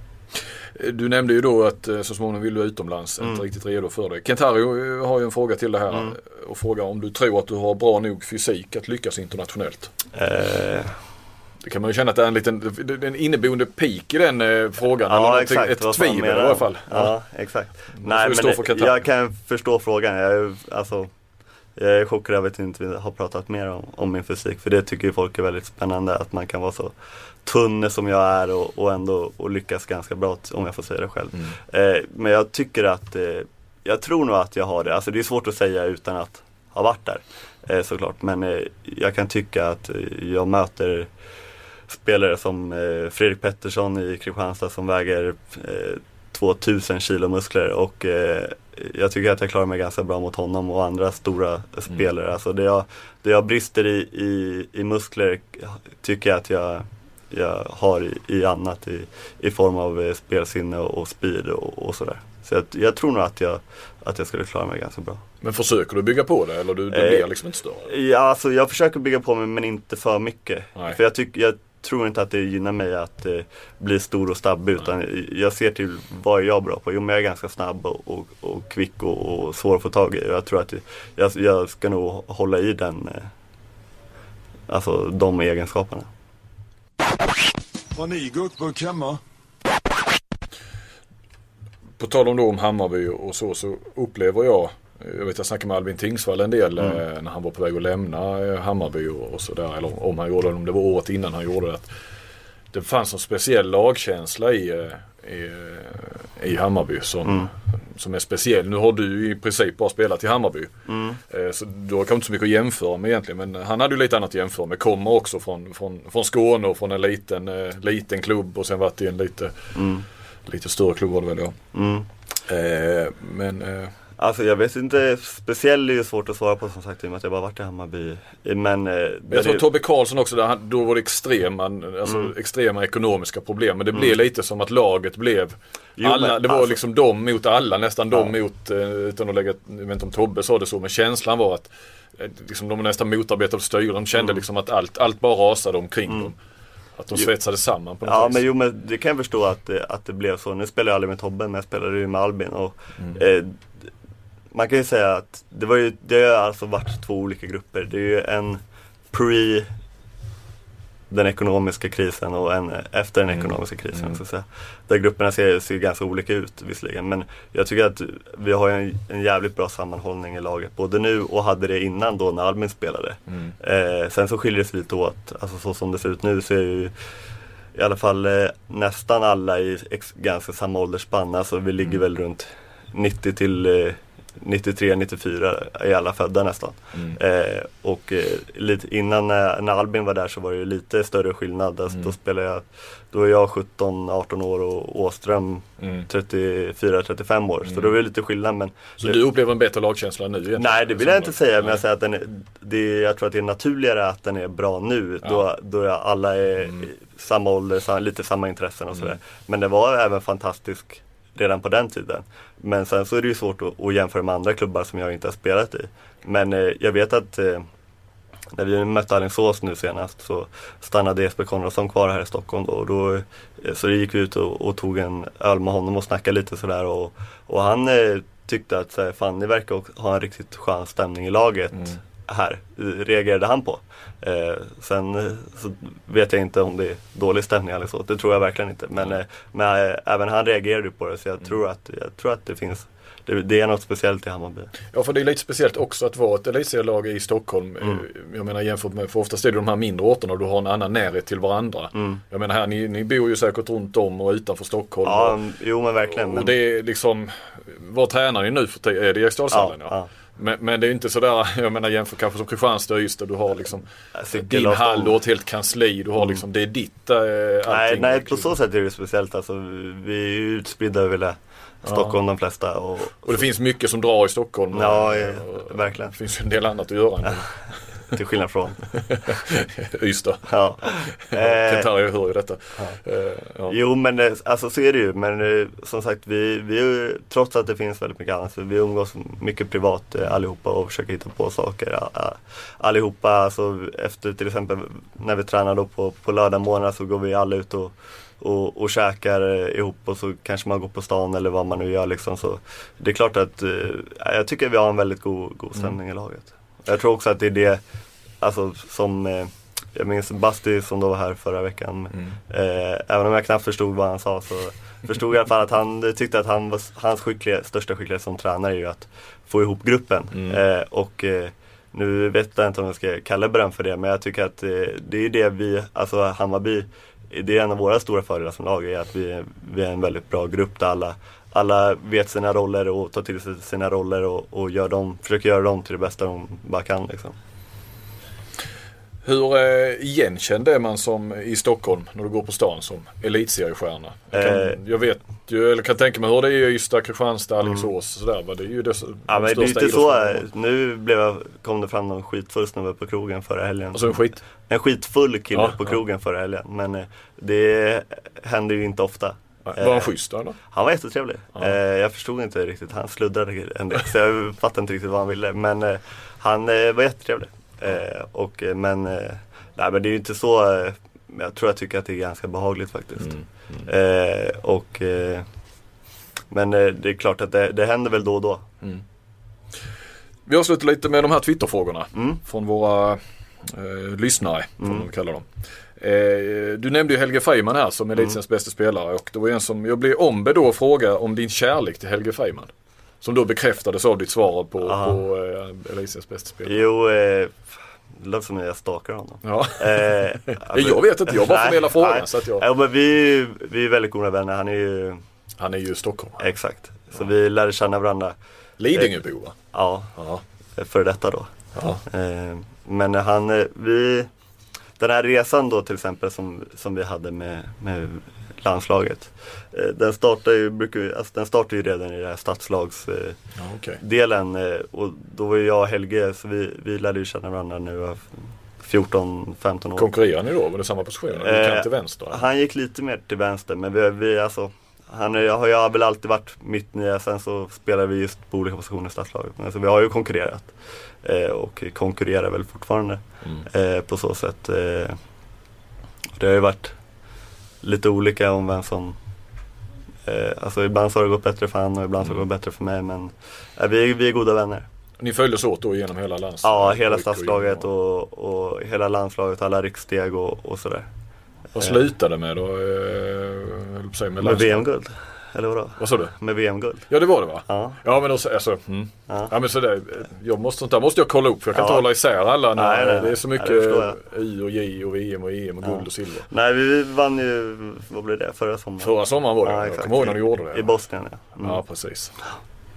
Du nämnde ju då att så småningom vill du utomlands, mm. inte riktigt redo för det. Kentario har ju en fråga till det här mm. och frågar om du tror att du har bra nog fysik att lyckas internationellt. Eh. Det kan man ju känna att det är en liten en inneboende peak i den eh, frågan. Ja, eller exakt. Ett tvivel i alla fall. Ja, ja exakt. Nej, men jag kan förstå frågan. Jag, alltså, jag är chockad över att inte vi har pratat mer om, om min fysik. För det tycker ju folk är väldigt spännande. Att man kan vara så tunn som jag är och, och ändå och lyckas ganska bra, om jag får säga det själv. Mm. Eh, men jag tycker att, eh, jag tror nog att jag har det. Alltså det är svårt att säga utan att ha varit där. Eh, såklart. Men eh, jag kan tycka att jag möter spelare som eh, Fredrik Pettersson i Kristianstad som väger eh, tvåtusen kilo muskler och eh, jag tycker att jag klarar mig ganska bra mot honom och andra stora spelare. Mm. Alltså det jag, det jag brister i, i, i muskler tycker jag att jag, jag har i, i annat i, i form av eh, spelsinne och, och speed och, och sådär. Så jag, jag tror nog att jag, att jag skulle klara mig ganska bra. Men försöker du bygga på det eller du, det blir eh, liksom inte större? Ja, alltså jag försöker bygga på mig men inte för mycket. Nej. För jag tycker jag tror inte att det gynnar mig att eh, bli stor och stabb, utan Nej. jag ser till vad är jag bra på. Jo, men jag är ganska snabb och, och, och kvick och, och svår att få tag i. Jag tror att jag, jag ska nog hålla i den, eh, alltså de egenskaperna. Har ni gurkburk hemma? På tal om då om Hammarby och så, så upplever jag, jag vet jag snackade med Albin Tingsvall en del mm. eh, när han var på väg att lämna eh, Hammarby och, och sådär, eller om han gjorde det, om det var året innan han gjorde det, att det fanns en speciell lagkänsla i, eh, i, i Hammarby som, mm. som är speciell. Nu har du i princip bara spelat i Hammarby mm. eh, så du har kanske inte så mycket att jämföra med egentligen, men han hade ju lite annat att jämföra med, kommer också från, från, från Skåne och från en liten, eh, liten klubb och sen varit i en lite, mm. lite större klubb var det väl, ja. Mm. Eh, men eh, alltså jag vet inte, speciellt är ju svårt att svara på som sagt i och med att jag bara varit i Hammarby. Men, eh, jag tror det... Tobbe Karlsson också, där, då var det extrema, alltså mm. extrema ekonomiska problem. Men det mm. blev lite som att laget blev, jo, alla, men, det var alltså... liksom dem mot alla, nästan ja. dem mot, utan att lägga, jag vet inte om Tobbe sa det så, men känslan var att liksom, de nästan motarbetade styren. De kände mm. liksom att allt, allt bara rasade omkring mm. dem. Att de svetsade samman på något Ja, vis. men jo, men det kan jag förstå att, att det blev så. Nu spelar jag aldrig med Tobbe, men jag spelade ju med Albin. Och, mm. eh, man kan ju säga att det, var ju, det har alltså varit två olika grupper. Det är ju en pre den ekonomiska krisen och en efter den ekonomiska krisen. Mm. Så att säga. Där grupperna ser, ser ganska olika ut visserligen. Men jag tycker att vi har en, en jävligt bra sammanhållning i laget. Både nu och hade det innan då när Albin spelade. Mm. Eh, sen så skiljer det sig lite åt. Alltså så som det ser ut nu så är ju i alla fall eh, nästan alla i ex, ganska samma åldersspann. Alltså vi ligger mm. väl runt nittio till nittiotre nittiofyra är alla födda nästan. Mm. Eh, och eh, lite innan när, när Albin var där så var det lite större skillnad. Alltså, mm. Då spelade jag, då är jag sjutton arton år och Åström mm. trettiofyra trettiofem år. Mm. Så då var det lite skillnad. Men så det, du upplever en bättre lagkänsla nu? Egentligen? Nej, det vill jag inte säga. Men jag säger att den är, det, jag tror att det är naturligare att den är bra nu. Ja. Då, då alla är mm. samma ålder, lite samma intressen och sådär. Mm. Men det var även fantastisk redan på den tiden. Men sen så är det ju svårt att, att jämföra med andra klubbar som jag inte har spelat i. Men eh, jag vet att eh, när vi mötte Alingsås nu senast så stannade Jesper Konradsson kvar här i Stockholm då, och då. Så gick vi ut och, och tog en öl med honom och snackade lite sådär. Och, och han eh, tyckte att så här, fan, ni verkar ha en riktigt skön stämning i laget. Mm. Här reagerade han på. Eh, sen så vet jag inte om det är dålig stämning eller så. Det tror jag verkligen inte. Men, mm. eh, men eh, även han reagerade på det. Så jag, mm. tror, att, jag tror att det finns det, det är något speciellt i Hammarby. Ja, för det är lite speciellt också att vara ett elitserielag i Stockholm. Mm. Jag menar jämfört med, för oftast är det de här mindre orterna och du har en annan närhet till varandra. Mm. Jag menar här, ni, ni bor ju säkert runt om och utanför Stockholm. Ja, och, jo men verkligen. Och men... det är liksom, vad tränar ni nu för är det Eriksdalshallen? Ja, ja. ja. Men, men det är inte sådär, jag menar jämför kanske som Kristianstad och Ystad, du har liksom din hall, du har ett helt kansli, du har mm. liksom, det är ditt äh, Nej, nej på så sätt är det speciellt, alltså, vi är ju utspridda över hela Stockholm, ja. De flesta. Och, och det finns mycket som drar i Stockholm. Ja, och, ja och, verkligen. Det finns en del annat att göra. Till skillnad från Ystad. Ja. Kentar, jag hör ju detta. Ja. Uh, ja. Jo, men alltså så är det ju. Men som sagt, vi, vi trots att det finns väldigt mycket annat, så vi umgås mycket privat allihopa och försöker hitta på saker. Allihopa, alltså efter till exempel när vi tränar då på, på lördag morgon så går vi alla ut och Och, och käkar ihop och så kanske man går på stan eller vad man nu gör liksom. Så det är klart att eh, jag tycker vi har en väldigt god, god stämning mm. i laget. Jag tror också att det är det, alltså som eh, jag minns Basti som då var här förra veckan, mm. eh, även om jag knappt förstod vad han sa så förstod jag i alla fall att han tyckte att han var, hans skicklighet, största skicklighet som tränare är ju att få ihop gruppen. Mm. Eh, och eh, nu vet jag inte om jag ska kalla beröm för det, men jag tycker att eh, det är det vi, alltså Hammarby, det är en av våra stora fördelar som lag är att vi, vi är en väldigt bra grupp där alla, alla vet sina roller och tar till sig sina roller och, och gör dem, försöker göra dem till det bästa de bara kan liksom. Hur eh, igenkänd är man som i Stockholm när du går på stan som elitseriestjärna? Jag, kan, eh, jag vet ju, eller kan tänka mig hur det är i Ystad, Kristianstad, Alingsås mm. sådär. Det är ju det, ja, men det är inte så. Nu blev jag, kom det fram någon skitfull snubbe på krogen förra helgen. Alltså en skit? En skitfull kille ja, på krogen ja. förra helgen. Men eh, det händer ju inte ofta. Var han schysst då? Han var jättetrevlig. Ja. Eh, jag förstod inte riktigt. Han sluddrade en del. Så jag fattade inte riktigt vad han ville. Men eh, han eh, var jättetrevlig. Eh, och, men, eh, nej, men det är ju inte så eh, jag tror jag tycker att det är ganska behagligt faktiskt. Mm, mm. Eh, och, eh, men eh, det är klart att det, det händer väl då och då. Mm. Vi har slutat lite med de här Twitterfrågorna mm. från våra eh, lyssnare, får mm. man kalla dem. Eh, du nämnde ju Helge Freiman här som elitsens mm. bästa spelare, och det var en som jag blev ombedd då att fråga om din kärlek till Helge Freiman. Som då bekräftades av ditt svar på, på eh, elitsens bästa spelare. Jo, eh, det låter som att jag stakar honom. Ja. Eh, alltså, jag vet inte, jag bara förmedlar frågan. Nej. Så att jag... ja, men vi, vi är väldigt goda vänner. Han är ju... Han är ju i Stockholm. Exakt. Så ja. vi lärde känna varandra. Lidingöbo va? Ja, ja. För detta då. Ja. Eh, men han, vi... Den här resan då till exempel som, som vi hade med, med landslaget. Eh, den startar ju, brukar, alltså den startar ju redan i det här stadslagsdelen. Eh, ja, okay. eh, och då var ju jag och Helge, så vi, vi lärde ju känna varandra nu fjorton femton år. Konkurrerar ni då? Var det samma position? Eller eh, till vänster? Eller? Han gick lite mer till vänster, men vi, vi alltså... Han har ju väl alltid varit mitt nya, sen så spelar vi just på olika positioner i stadslaget. Men alltså, vi har ju konkurrerat eh, och konkurrerar väl fortfarande mm. eh, på så sätt. Eh, det har ju varit lite olika om vem som... Eh, alltså ibland så har det gått bättre för han och ibland så har det gått bättre för mig. Men eh, vi, vi är goda vänner. Ni följdes åt då genom hela landslaget? Ja, hela stadslaget och, och hela landslaget, alla rikssteg och, och sådär. Vad slutade med då? Eh, med med V M-guld. Eller vadå? Vad sa du? Med V M-guld. Ja, det var det va? Ja. Ja, men också, alltså, mm. ja. ja men så där, jag måste inte, måste jag kolla upp för jag kan ja. inte hålla isär alla när nej, nej, det är så mycket Y och J och V M och E M och guld ja. och silver. Nej, vi vann ju, vad blev det, förra sommaren? Förra sommaren var det, ja, jag kommer ihåg när du gjorde det. I Bosnien, ja. Mm. Ja, precis.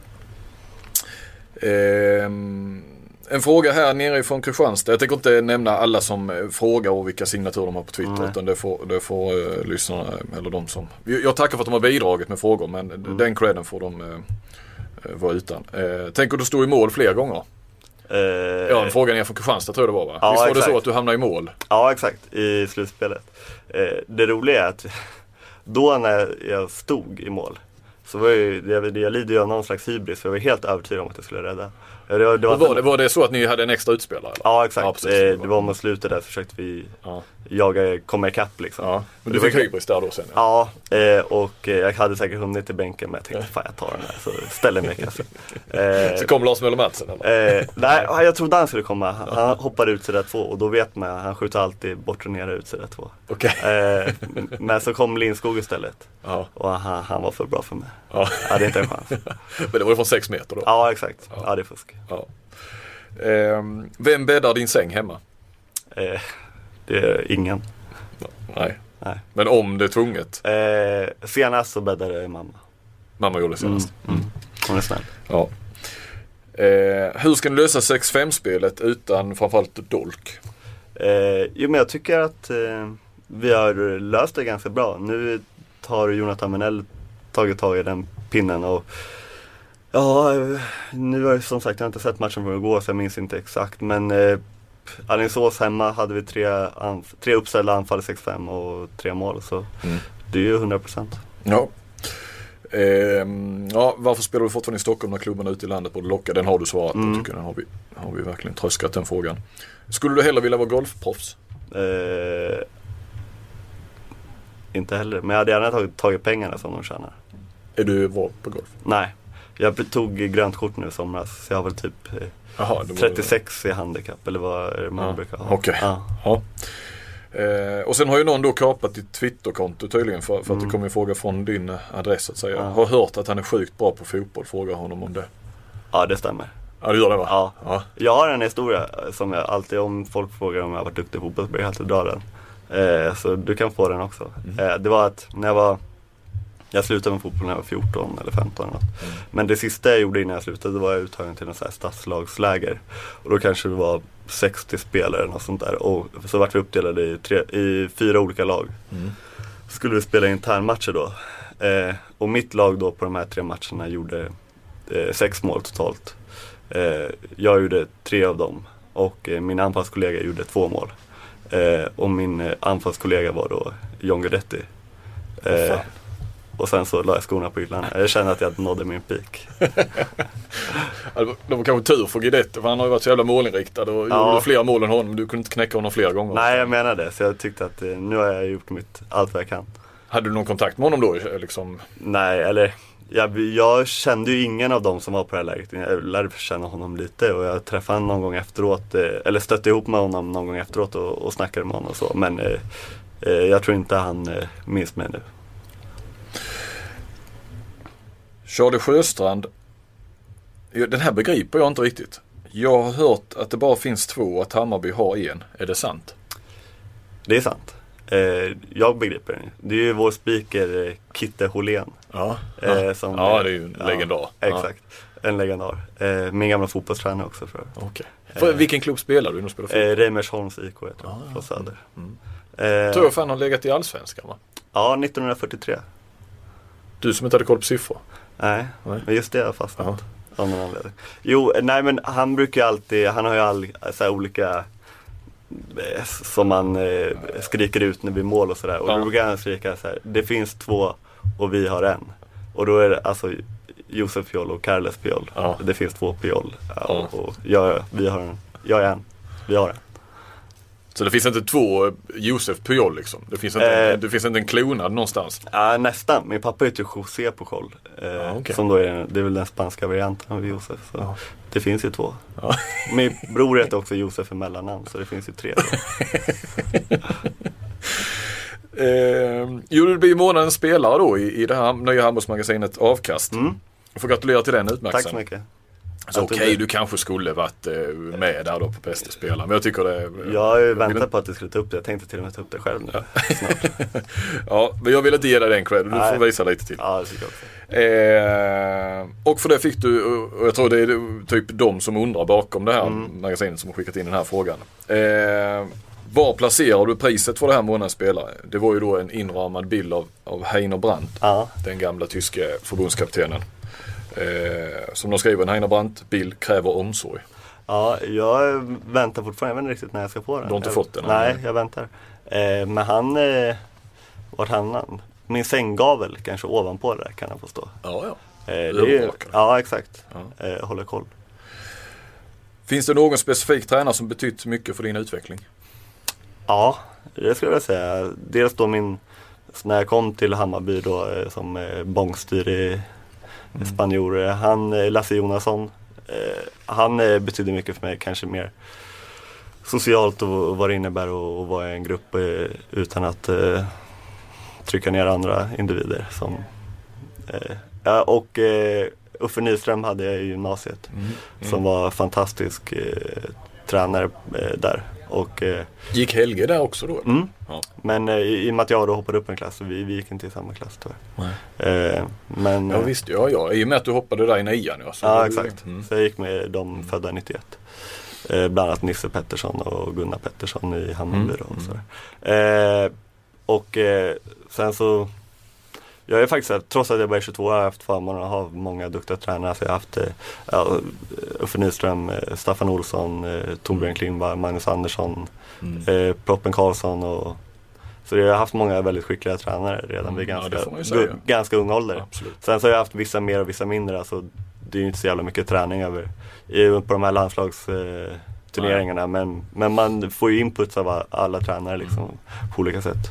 Ehm, en fråga här nere från Kristianstad. Jag tänker inte nämna alla som frågar och vilka signaturer de har på Twitter. Mm. Utan det får, det får uh, lyssnarna eller de som... Jag tackar för att de har bidragit med frågor, men mm. den credden får de uh, vara utan. Uh, tänker du stå i mål fler gånger? Uh, ja, en fråga ner från Kristianstad tror jag det var, va? Ja, visst var exakt. Det så att du hamnade i mål? Ja, exakt. I slutspelet. Uh, det roliga är att då när jag stod i mål så var ju, jag, jag lider ju av någon slags hybris, för jag var helt övertygad om att jag skulle rädda. Det var, det var, var, det, var det så att ni hade en extra utspelare? Eller? Ja, exakt. Ja, precis, det, det var mot slutet där försökte vi ja. jaga, komma ikapp liksom. Ja. Men du fick hybris där då sen? Ja, ja och jag hade säkert hunnit till bänken, men jag tänkte, fan jag tar den här, så ställer mig kanske. Så kom Lars Möller Madsen eller? Eh, nej, jag trodde han skulle komma. Han, han hoppade ut sida två och då vet man, han skjuter alltid bort och ner ut sida två. Okay. Eh, men så kom Lindskog istället. Ja. Och han, han var för bra för mig. Ja. Jag hade inte en chans. Men det var ju från sex meter då? Ja, exakt. Ja, ja det är fusk. Ja. Eh, vem bäddar din säng hemma? Eh, det är ingen. Nej. Nej. Men om det är tvunget? Eh, senast så bäddade mamma. Mamma gjorde det senast? Mm. Mm. Hon är snäll. Ja. Eh, hur ska ni lösa sex fem-spelet utan framförallt dolk? Eh, jo, men jag tycker att eh, vi har löst det ganska bra. Nu har Jonathan Menell tagit tag i den pinnen och ja, nu har jag som sagt jag har inte sett matchen från igår så jag minns inte exakt, men eh, Alingsås hemma hade vi tre, anf- tre uppställda anfall sex fem och tre mål, så mm. det är ju hundra procent. Ja. Eh, ja, varför spelar du fortfarande i Stockholm när klubbarna ute i landet borde locka? Den har du svarat på, mm. tycker jag. Den har vi, har vi verkligen tröskat den frågan. Skulle du hellre vilja vara golfproffs? Eh, inte heller, men jag hade gärna tagit, tagit pengarna som de tjänar. Är du bra på golf? Nej, jag tog grönt kort nu i somras, så jag har väl typ eh, Aha, trettiosex i handikapp, eller vad man ja. brukar ha. Okej, okay. ja. ja. Eh, och sen har ju någon då kapat ditt Twitterkonto tydligen för, för att mm. det kommer en fråga från din adress att säga. Jag har hört att han är sjukt bra på fotboll, fråga honom om det. Ja, det stämmer. Ja, du gör det, va? Ja. ja. Jag har en historia som jag alltid, om folk frågar om jag har varit duktig på fotboll, så brukar jag alltid dra den. Eh, så du kan få den också. Mm. Eh, det var att när jag var Jag slutade med fotboll när jag var fjorton eller femton eller något. Mm. Men det sista jag gjorde innan jag slutade, det var jag uttagen till en sån här stadslagsläger. Och då kanske det var sextio spelare och sånt där. Och så vart vi uppdelade i, tre, i fyra olika lag. Mm. Skulle vi spela internmatcher då. Eh, och mitt lag då på de här tre matcherna gjorde eh, sex mål totalt. Eh, jag gjorde tre av dem. Och eh, min anfallskollega gjorde två mål. Eh, och min eh, anfallskollega var då John Guidetti. Eh, Och sen så la jag skorna på hyllan. Jag kände att jag nådde min peak. Det var kanske tur för Guidetti, för han har ju varit så jävla målinriktad och ja. gjorde fler mål än honom, men du kunde inte knäcka honom flera gånger. Nej, jag menar det. Så jag tyckte att nu har jag gjort mitt, allt vad jag kan. Hade du någon kontakt med honom då? Liksom? Nej, eller jag, jag kände ju ingen av dem som var på det här läget. Jag lärde känna honom lite och jag träffade honom någon gång efteråt. Eller stötte ihop med honom någon gång efteråt och, och snackade med honom och så. Men eh, jag tror inte han eh, minns mig nu. Charlie Sjöstrand, den här begriper jag inte riktigt. Jag har hört att det bara finns två och att Hammarby har en. Är det sant? Det är sant. Eh, jag begriper det. Det är ju vår speaker eh, Kitte Hållén. Ja, eh, som, ja, det är ju en ja, legendar. Exakt, ja. En legendar. Eh, min gamla fotbollstränare också. För. Okay. För, vilken klubb spelar du? Spelar eh, Reimersholms I K, jag tror, ah, från Söder. Mm. Mm. Eh, tror jag fan har legat i Allsvenskan, va? Ja, nittonhundrafyrtiotre. Du som inte hade koll på siffror? Nej, nej. Men just det har fastnat. Av någon anledning. Jo, nej men han brukar ju alltid, han har ju all, så här, olika eh, som man eh, skriker ut när vi mål och sådär. Och ja. Då brukar han skrika så här: det finns två och vi har en. Och då är det alltså Josef Piol och Carles Piol. Ja. Det finns två Piol. Ja, ja. Och, och jag, vi har en, jag är en, vi har en. Så det finns inte två Josef Pujol liksom? Det finns inte, eh, det finns inte en klonad någonstans? Ja, uh, nästan. Min pappa heter José Pujol. Uh, ah, okay. Som då är, det är väl den spanska varianten av Josef. Så ah. Det finns ju två. Ah. Min bror heter också Josef i mellannamn, så det finns ju tre. uh, jo, det blir månadens spelare då i, i det här nya handbollsmagasinet Avkast. Mm. Jag får gratulera till den utmärksamheten. Tack så mycket. Så okej, okay, du kanske skulle varit med där då på Pester-spelaren. Men jag tycker det... Jag har ju väntat på att du skulle ta upp det. Jag tänkte till och med ta upp det själv nu. Ja, ja, men jag vill inte ge dig den cred. Du Nej. får visa lite till. Ja, det tycker jag också. Eh, och för det fick du, och jag tror det är typ de som undrar bakom det här mm. magasinet som har skickat in den här frågan. Eh, var placerar du priset för det här månadens spelare? Det var ju då en inramad bild av, av Heiner Brandt, ja. den gamla tyska förbundskaptenen. Eh, som de skriver, en Heiner Brandt bild kräver omsorg. Ja, jag väntar fortfarande, jag vet inte riktigt när jag ska få den. Du har inte jag, fått den? Nej, jag väntar. Eh, men han, eh, vart hamnade han? Min sänggavel kanske ovanpå det där kan han få stå. Ja, ja. Eh, det är, ja, exakt. Ja. Eh, håller koll. Finns det någon specifik tränare som betytt mycket för din utveckling? Ja, det skulle jag säga. Dels då min, när jag kom till Hammarby då som eh, bångstyr i mm. spanjor. Han, Lasse Jonasson, eh, han eh, betyder mycket för mig, kanske mer socialt och vad det innebär att vara i en grupp eh, utan att eh, trycka ner andra individer. Som, eh, ja, och eh, Uffe Nyström hade jag i gymnasiet mm. Mm. som var fantastisk eh, tränare eh, där. Och, eh, gick Helge där också då? Mm. Ja. Men eh, i, i och med att jag då hoppade upp en klass, vi, vi gick inte i samma klass tyvärr. Eh, men, ja visst, ja, ja. I och med att du hoppade där i nian. Ja, så ja du, exakt. Mm. Så jag gick med de mm. födda nittioett. Eh, bland annat Nisse Pettersson och Gunnar Pettersson i Hammarby. Mm. Och, så eh, och eh, sen så jag är faktiskt, trots att jag bara är tjugotvå, har jag haft förmånen att ha många duktiga tränare. Så jag har haft ja, Uffe Nyström, Staffan Olsson, eh, Torbjörn Klingvall, Magnus Andersson, mm. eh, Proppen Karlsson. Och, så jag har haft många väldigt skickliga tränare redan mm, vid ganska, ja, gu, ganska ung ålder. Absolut. Sen så har jag haft vissa mer och vissa mindre. Alltså, det är ju inte så jävla mycket träning över på de här landslagsturneringarna. Eh, men, men man får ju inputs av alla tränare liksom, mm. på olika sätt.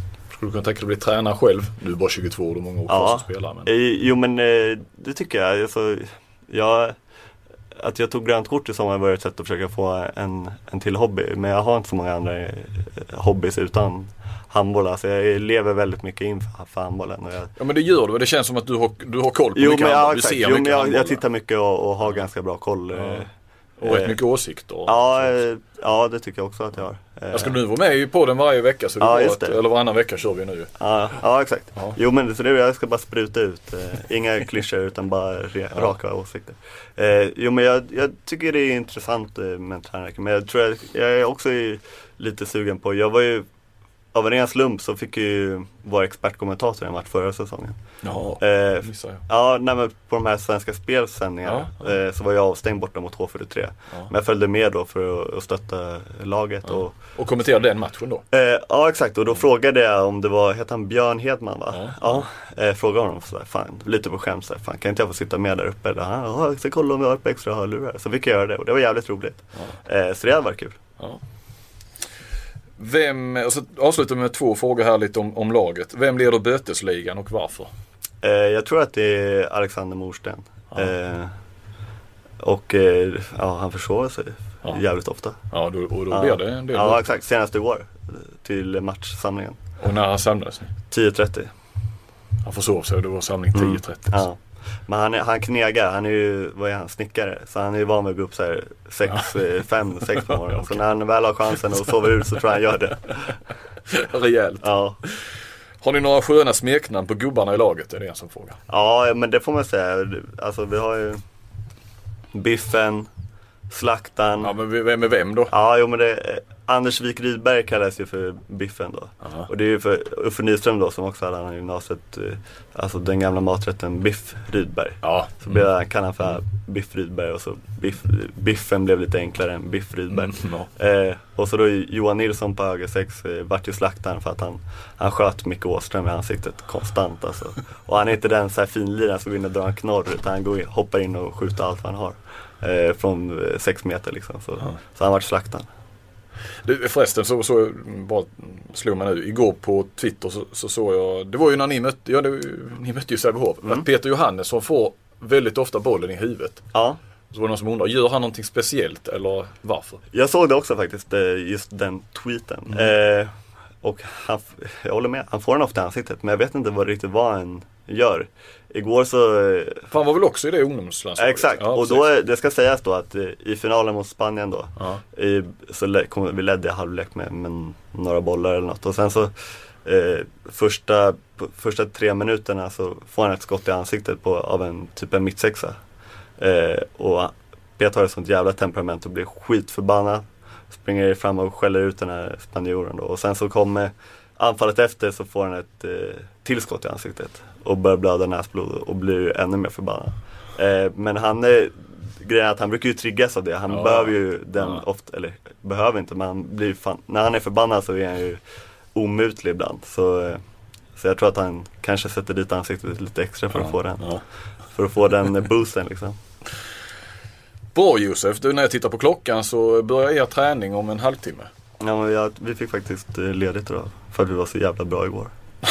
Du kan tänka dig att bli tränare själv. Du är bara tjugotvå och många år kvar ja. som spelar. Men... Jo men det tycker jag. Alltså, jag att jag tog grönt kort i sommar var ett sätt att försöka få en, en till hobby. Men jag har inte så många andra hobbys utan handboll. Alltså jag lever väldigt mycket in för, för handbollen. Och jag... Ja men det gör du. Det känns som att du har, du har koll på jo, mycket men, handboll. Ja, du ser jo, mycket men jag, handboll. jag tittar mycket och, och har ganska bra koll. Ja. Och rätt mycket åsikter. Ja, ja, det tycker jag också att jag har. Jag ska nu vara med i podden varje vecka så det ja, att, eller varannan vecka kör vi nu. Ja, ja exakt. Ja. Jo men så det, jag ska bara spruta ut. Eh, inga klyschor utan bara re, ja. raka åsikter. Eh, jo men jag, jag tycker det är intressant eh, med en tränare. Men jag tror jag, jag är också lite sugen på. Jag var ju av en ren slump så fick jag ju vara expertkommentator i en match förra säsongen. Jaha, eh, missar jag. Ja, nej, men på de här svenska spelsändningarna ja, ja. Eh, så var jag avstängd borta mot H fyrtiotre. Ja. Men jag följde med då för att, att stötta laget. Ja. Och, och kommenterade den matchen då? Eh, ja, exakt. Och då frågade jag om det var, heter han Björn Hedman va? Ja. ja eh, frågade honom sådär, fan, lite på skämt sådär, fan kan inte jag få sitta med där uppe? Eller, ja, jag ska kolla om jag har ett extra hörlurar. Så fick jag göra det och det var jävligt roligt. Ja. Eh, så det hade varit kul. Ja. Vem, alltså, avslutar med två frågor här lite om, om laget. Vem leder bötesligan och varför? Eh, jag tror att det är Alexander Morsten. Ja. Eh, och eh, ja, han försvarar sig ja. jävligt ofta. Ja, då, och då ja. blir det en del. Ja, exakt. Senast igår till matchsamlingen. Och när samlades ni? tio trettio. Han försov sig och det var samling tio trettio. Mm. Ja. Men han, är, han knegar, han är ju, vad är han, snickare. Så han är ju van med att gå upp så här sex, fem, sex på morgonen. Okay. Så när han väl har chansen att sova ut så tror jag han gör det. Rejält. Ja. Har ni några sköna smeknamn på gubbarna i laget? Är det en som frågar? Ja, men det får man säga. Alltså vi har ju Biffen, Slaktan. Ja, men vem är vem då? Ja, jo men det Anders Wik Rydberg kallas ju för Biffen då. Aha. Och det är ju för Uffe Nyström då som också hade han i gymnasiet. Alltså den gamla maträtten Biff Rydberg. Ja. Så blev han, kan han för Biff Rydberg och så Biff, Biffen blev lite enklare än Biff Rydberg. Mm, ja. eh, och så då Johan Nilsson på höger sex eh, vart ju Slaktaren för att han, han sköt Micke Åström i ansiktet konstant alltså. Och han är inte den så här finliran som går in och drar en knorr utan han går in, hoppar in och skjuter allt vad han har. Eh, från eh, sex meter liksom. Så, ja. så han vart Slaktaren. Du, förresten så, så bara slog man nu. Igår på Twitter så, så såg jag, det var ju när ni mötte, ja, det, ni mötte ju Sävehof. Mm. Att Peter Johannesson får väldigt ofta bollen i huvudet. Ja. Så var det någon som undrar, gör han någonting speciellt eller varför? Jag såg det också faktiskt, just den tweeten. Mm. Eh, Och han, jag håller med, han får den ofta i ansiktet. Men jag vet inte vad riktigt vad han gör. Igår så... Han var väl också i det ungdomslandslaget? Exakt, ja, och då, det ska sägas då att i finalen mot Spanien då ja. i, så le, kom, vi ledde halvlek med, med några bollar eller något. Och sen så eh, första, första tre minuterna så får han ett skott i ansiktet på, av en typ en mittsexa. Eh, och Peter har ett sånt jävla temperament och blir skitförbannad. Springer fram och skäller ut den här spanjoren då. Och sen så kommer anfallet efter, så får han ett eh, tillskott i ansiktet och börjar blöda näsblod och blir ännu mer förbannad. Eh, men han är, grejen är att han brukar ju triggas av det. Han ja. behöver ju den ja. ofta, eller behöver inte, men han blir fan, när han är förbannad så är han ju omutlig ibland. Så, eh, så jag tror att han kanske sätter dit ansiktet lite extra för ja. att få den. Ja. För att få den boosten liksom. Bra Josef, du, när jag tittar på klockan så börjar er träning om en halvtimme. Ja, men jag, vi fick faktiskt ledigt då, för att vi var så jävla bra igår.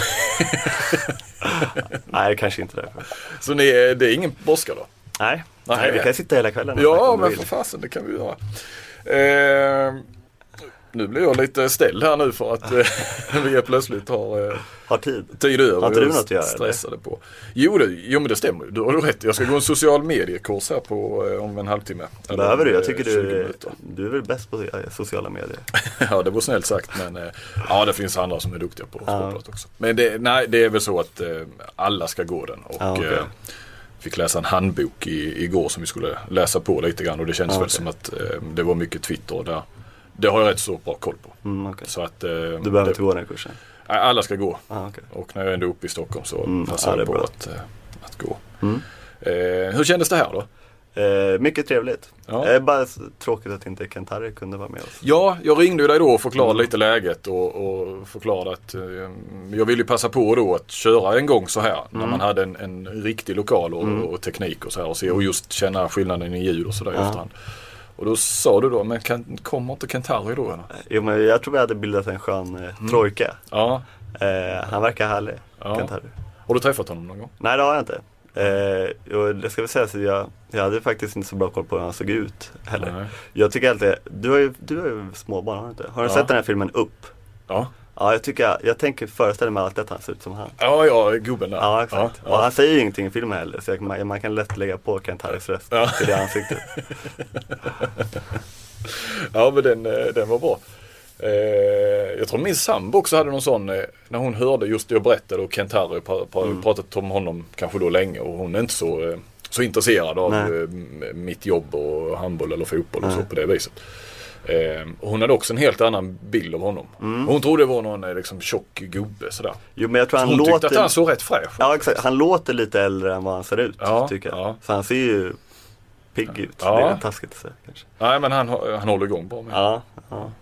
Nej, kanske inte därför. Så ni, det är ingen brådska då? Nej, Nej, Nej vi kan sitta hela kvällen. Ja, men för fasen, det kan vi göra. Eh, nu blir jag lite ställd här nu för att eh, vi plötsligt har, eh, har tid. tid över. Har inte du något att göra? Stressade på. Jo, det, jo, men det stämmer ju. Du har rätt. Jag ska gå en social mediekurs här på eh, om en halvtimme. Behöver du? Jag tycker du, du är väl bäst på sociala medier. Ja, det var snällt sagt. Men eh, ja, det finns andra som är duktiga på ah. sportprat också. Men det, nej, det är väl så att eh, alla ska gå den. Och ah, okay. eh, fick läsa en handbok i, igår som vi skulle läsa på lite grann. Och det känns ah, väl okay. som att eh, det var mycket Twitter där. Det har jag rätt så bra koll på. Mm, okay. Så att, eh, du behöver det, inte gå den kursen? Alla ska gå. Ah, okay. Och när jag är ändå uppe i Stockholm så mm, passar ja, jag på att, att gå. Mm. Eh, hur kändes det här då? Eh, mycket trevligt. Ja. Det är bara tråkigt att inte Kent-Harry kunde vara med oss. Ja, jag ringde ju dig då och förklarade mm. lite läget och, och förklarade att eh, jag ville ju passa på då att köra en gång så här mm. när man hade en, en riktig lokal och, mm. och teknik och så här och se och just känna skillnaden i ljud och sådär ja. i efterhand. Och då sa du då, men kan, kommer inte Kent-Harry då? Eller? Jo, men jag tror vi hade bildat en skön eh, mm. trojka. Ja. Eh, han verkar härlig, ja. Kent-Harry. Har du träffat honom någon gång? Nej, det har jag inte. Eh, och det ska vi säga, så jag, jag hade faktiskt inte så bra koll på hur han såg ut heller. Nej. Jag tycker alltid, du har ju, du har ju småbarn, har du inte? Har du ja. sett den här filmen Upp? Ja. Ja, jag tycker, jag tänker föreställa mig alltid att han ser ut som han. Ja, ja, gubben där. Ja, exakt. Ja, och han säger ju ingenting i filmen heller, så man, man kan lätt lägga på Kent-Harrys röst ja. till det ansiktet. Ja, men den, den var bra. Eh, jag tror min sambo också hade någon sån, eh, när hon hörde just det jag berättade och Kent-Harry pra, pra, mm. pratat om honom kanske då länge och hon är inte så, eh, så intresserad av eh, mitt jobb och handboll eller fotboll och så på det viset. Eh, och hon hade också en helt annan bild av honom. Mm. Hon trodde det var någon eh, liksom tjock gubbe sådär. Jo, men jag tror så han hon låter... tyckte att han såg rätt fräsch. Ja, exakt. Han låter lite äldre än vad han ser ut, ja, tycker jag. Ja. Så han ser ju pigg ut. Ja. Det är taskigt att säga kanske. Nej, men han, han håller igång bra med. Ja, ja.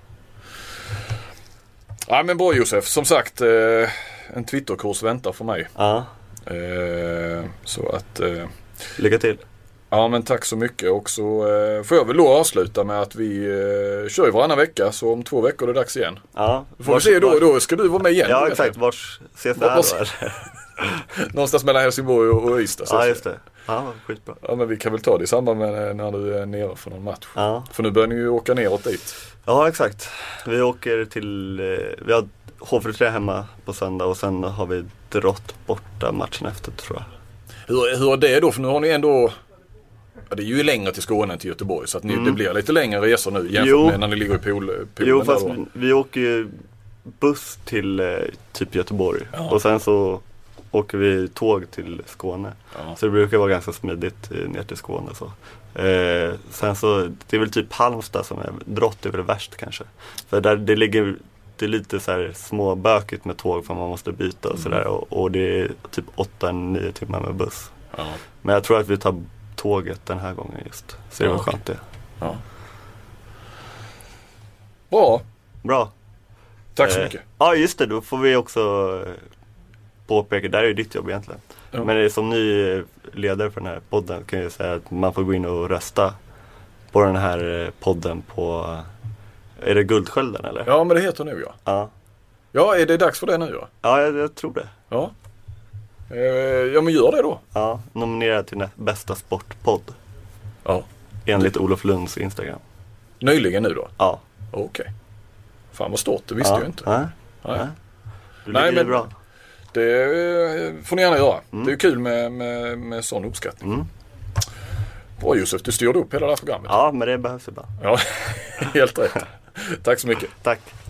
Ja, men bra Josef. Som sagt, eh, en Twitterkurs väntar för mig. Ja. Eh, så att... Eh, lycka till. Ja, men tack så mycket. Och så eh, får jag väl då avsluta med att vi eh, kör ju varannan vecka. Så om två veckor är det dags igen. Ja. Får vi se då, då ska du vara med igen. Ja, exakt. Vars ses det här då? Någonstans mellan Helsingborg och, och Ystad. Ja, just det. Ja, skitbra. Ja, men vi kan väl ta det i samband med när du är nere för någon match. Ja. För nu börjar ni ju åka neråt dit. Ja, exakt. Vi åker till, vi har H fyrtiotre hemma på söndag och sen har vi Drott borta matchen efter, tror jag. Hur, hur är det då? För nu har ni ändå, ja, det är ju längre till Skåne än till Göteborg, så att ni, mm. det blir lite längre resor nu jämfört jo. med när ni ligger i pool, poolen. Jo, fast vi åker ju buss till eh, typ Göteborg ja. och sen så åker vi tåg till Skåne. Ja. Så det brukar vara ganska smidigt eh, ner till Skåne. Så. Eh, sen så, det är väl typ Halmstad som är, Drott är väl värst kanske. För där det ligger, det är lite så här småbökigt med tåg för man måste byta och mm. sådär. Och, och det är typ åtta nio timmar med buss. Ja. Men jag tror att vi tar tåget den här gången just. Så det var ja, skönt det. Ja. Bra. Bra. Tack så eh, mycket. Ja, just det. Då får vi också påpeka, där är ju ditt jobb egentligen. Ja. Men det är som ny ledare för den här podden kan jag säga att man får gå in och rösta på den här podden på, är det Guldskölden eller? Ja, men det heter nu ja. Ja. Ja, är det dags för det nu ja? Ja, jag, jag tror det. Ja. Eh, ja, men gör det då. Ja, nominera till bästa sportpodd. Ja. Enligt Olof Lunds Instagram. Nyligen nu då? Ja. Okej. Okay. Fan vad stort, det visste ja. jag inte. Ja. Nej, Du Nej, ligger men bra. det får ni gärna göra. Mm. Det är kul med, med, med sån uppskattning. Mm. Bra Josef, du styrde upp hela det här programmet. Ja, men det behövs ibland. Ja, helt rätt. Tack så mycket. Tack.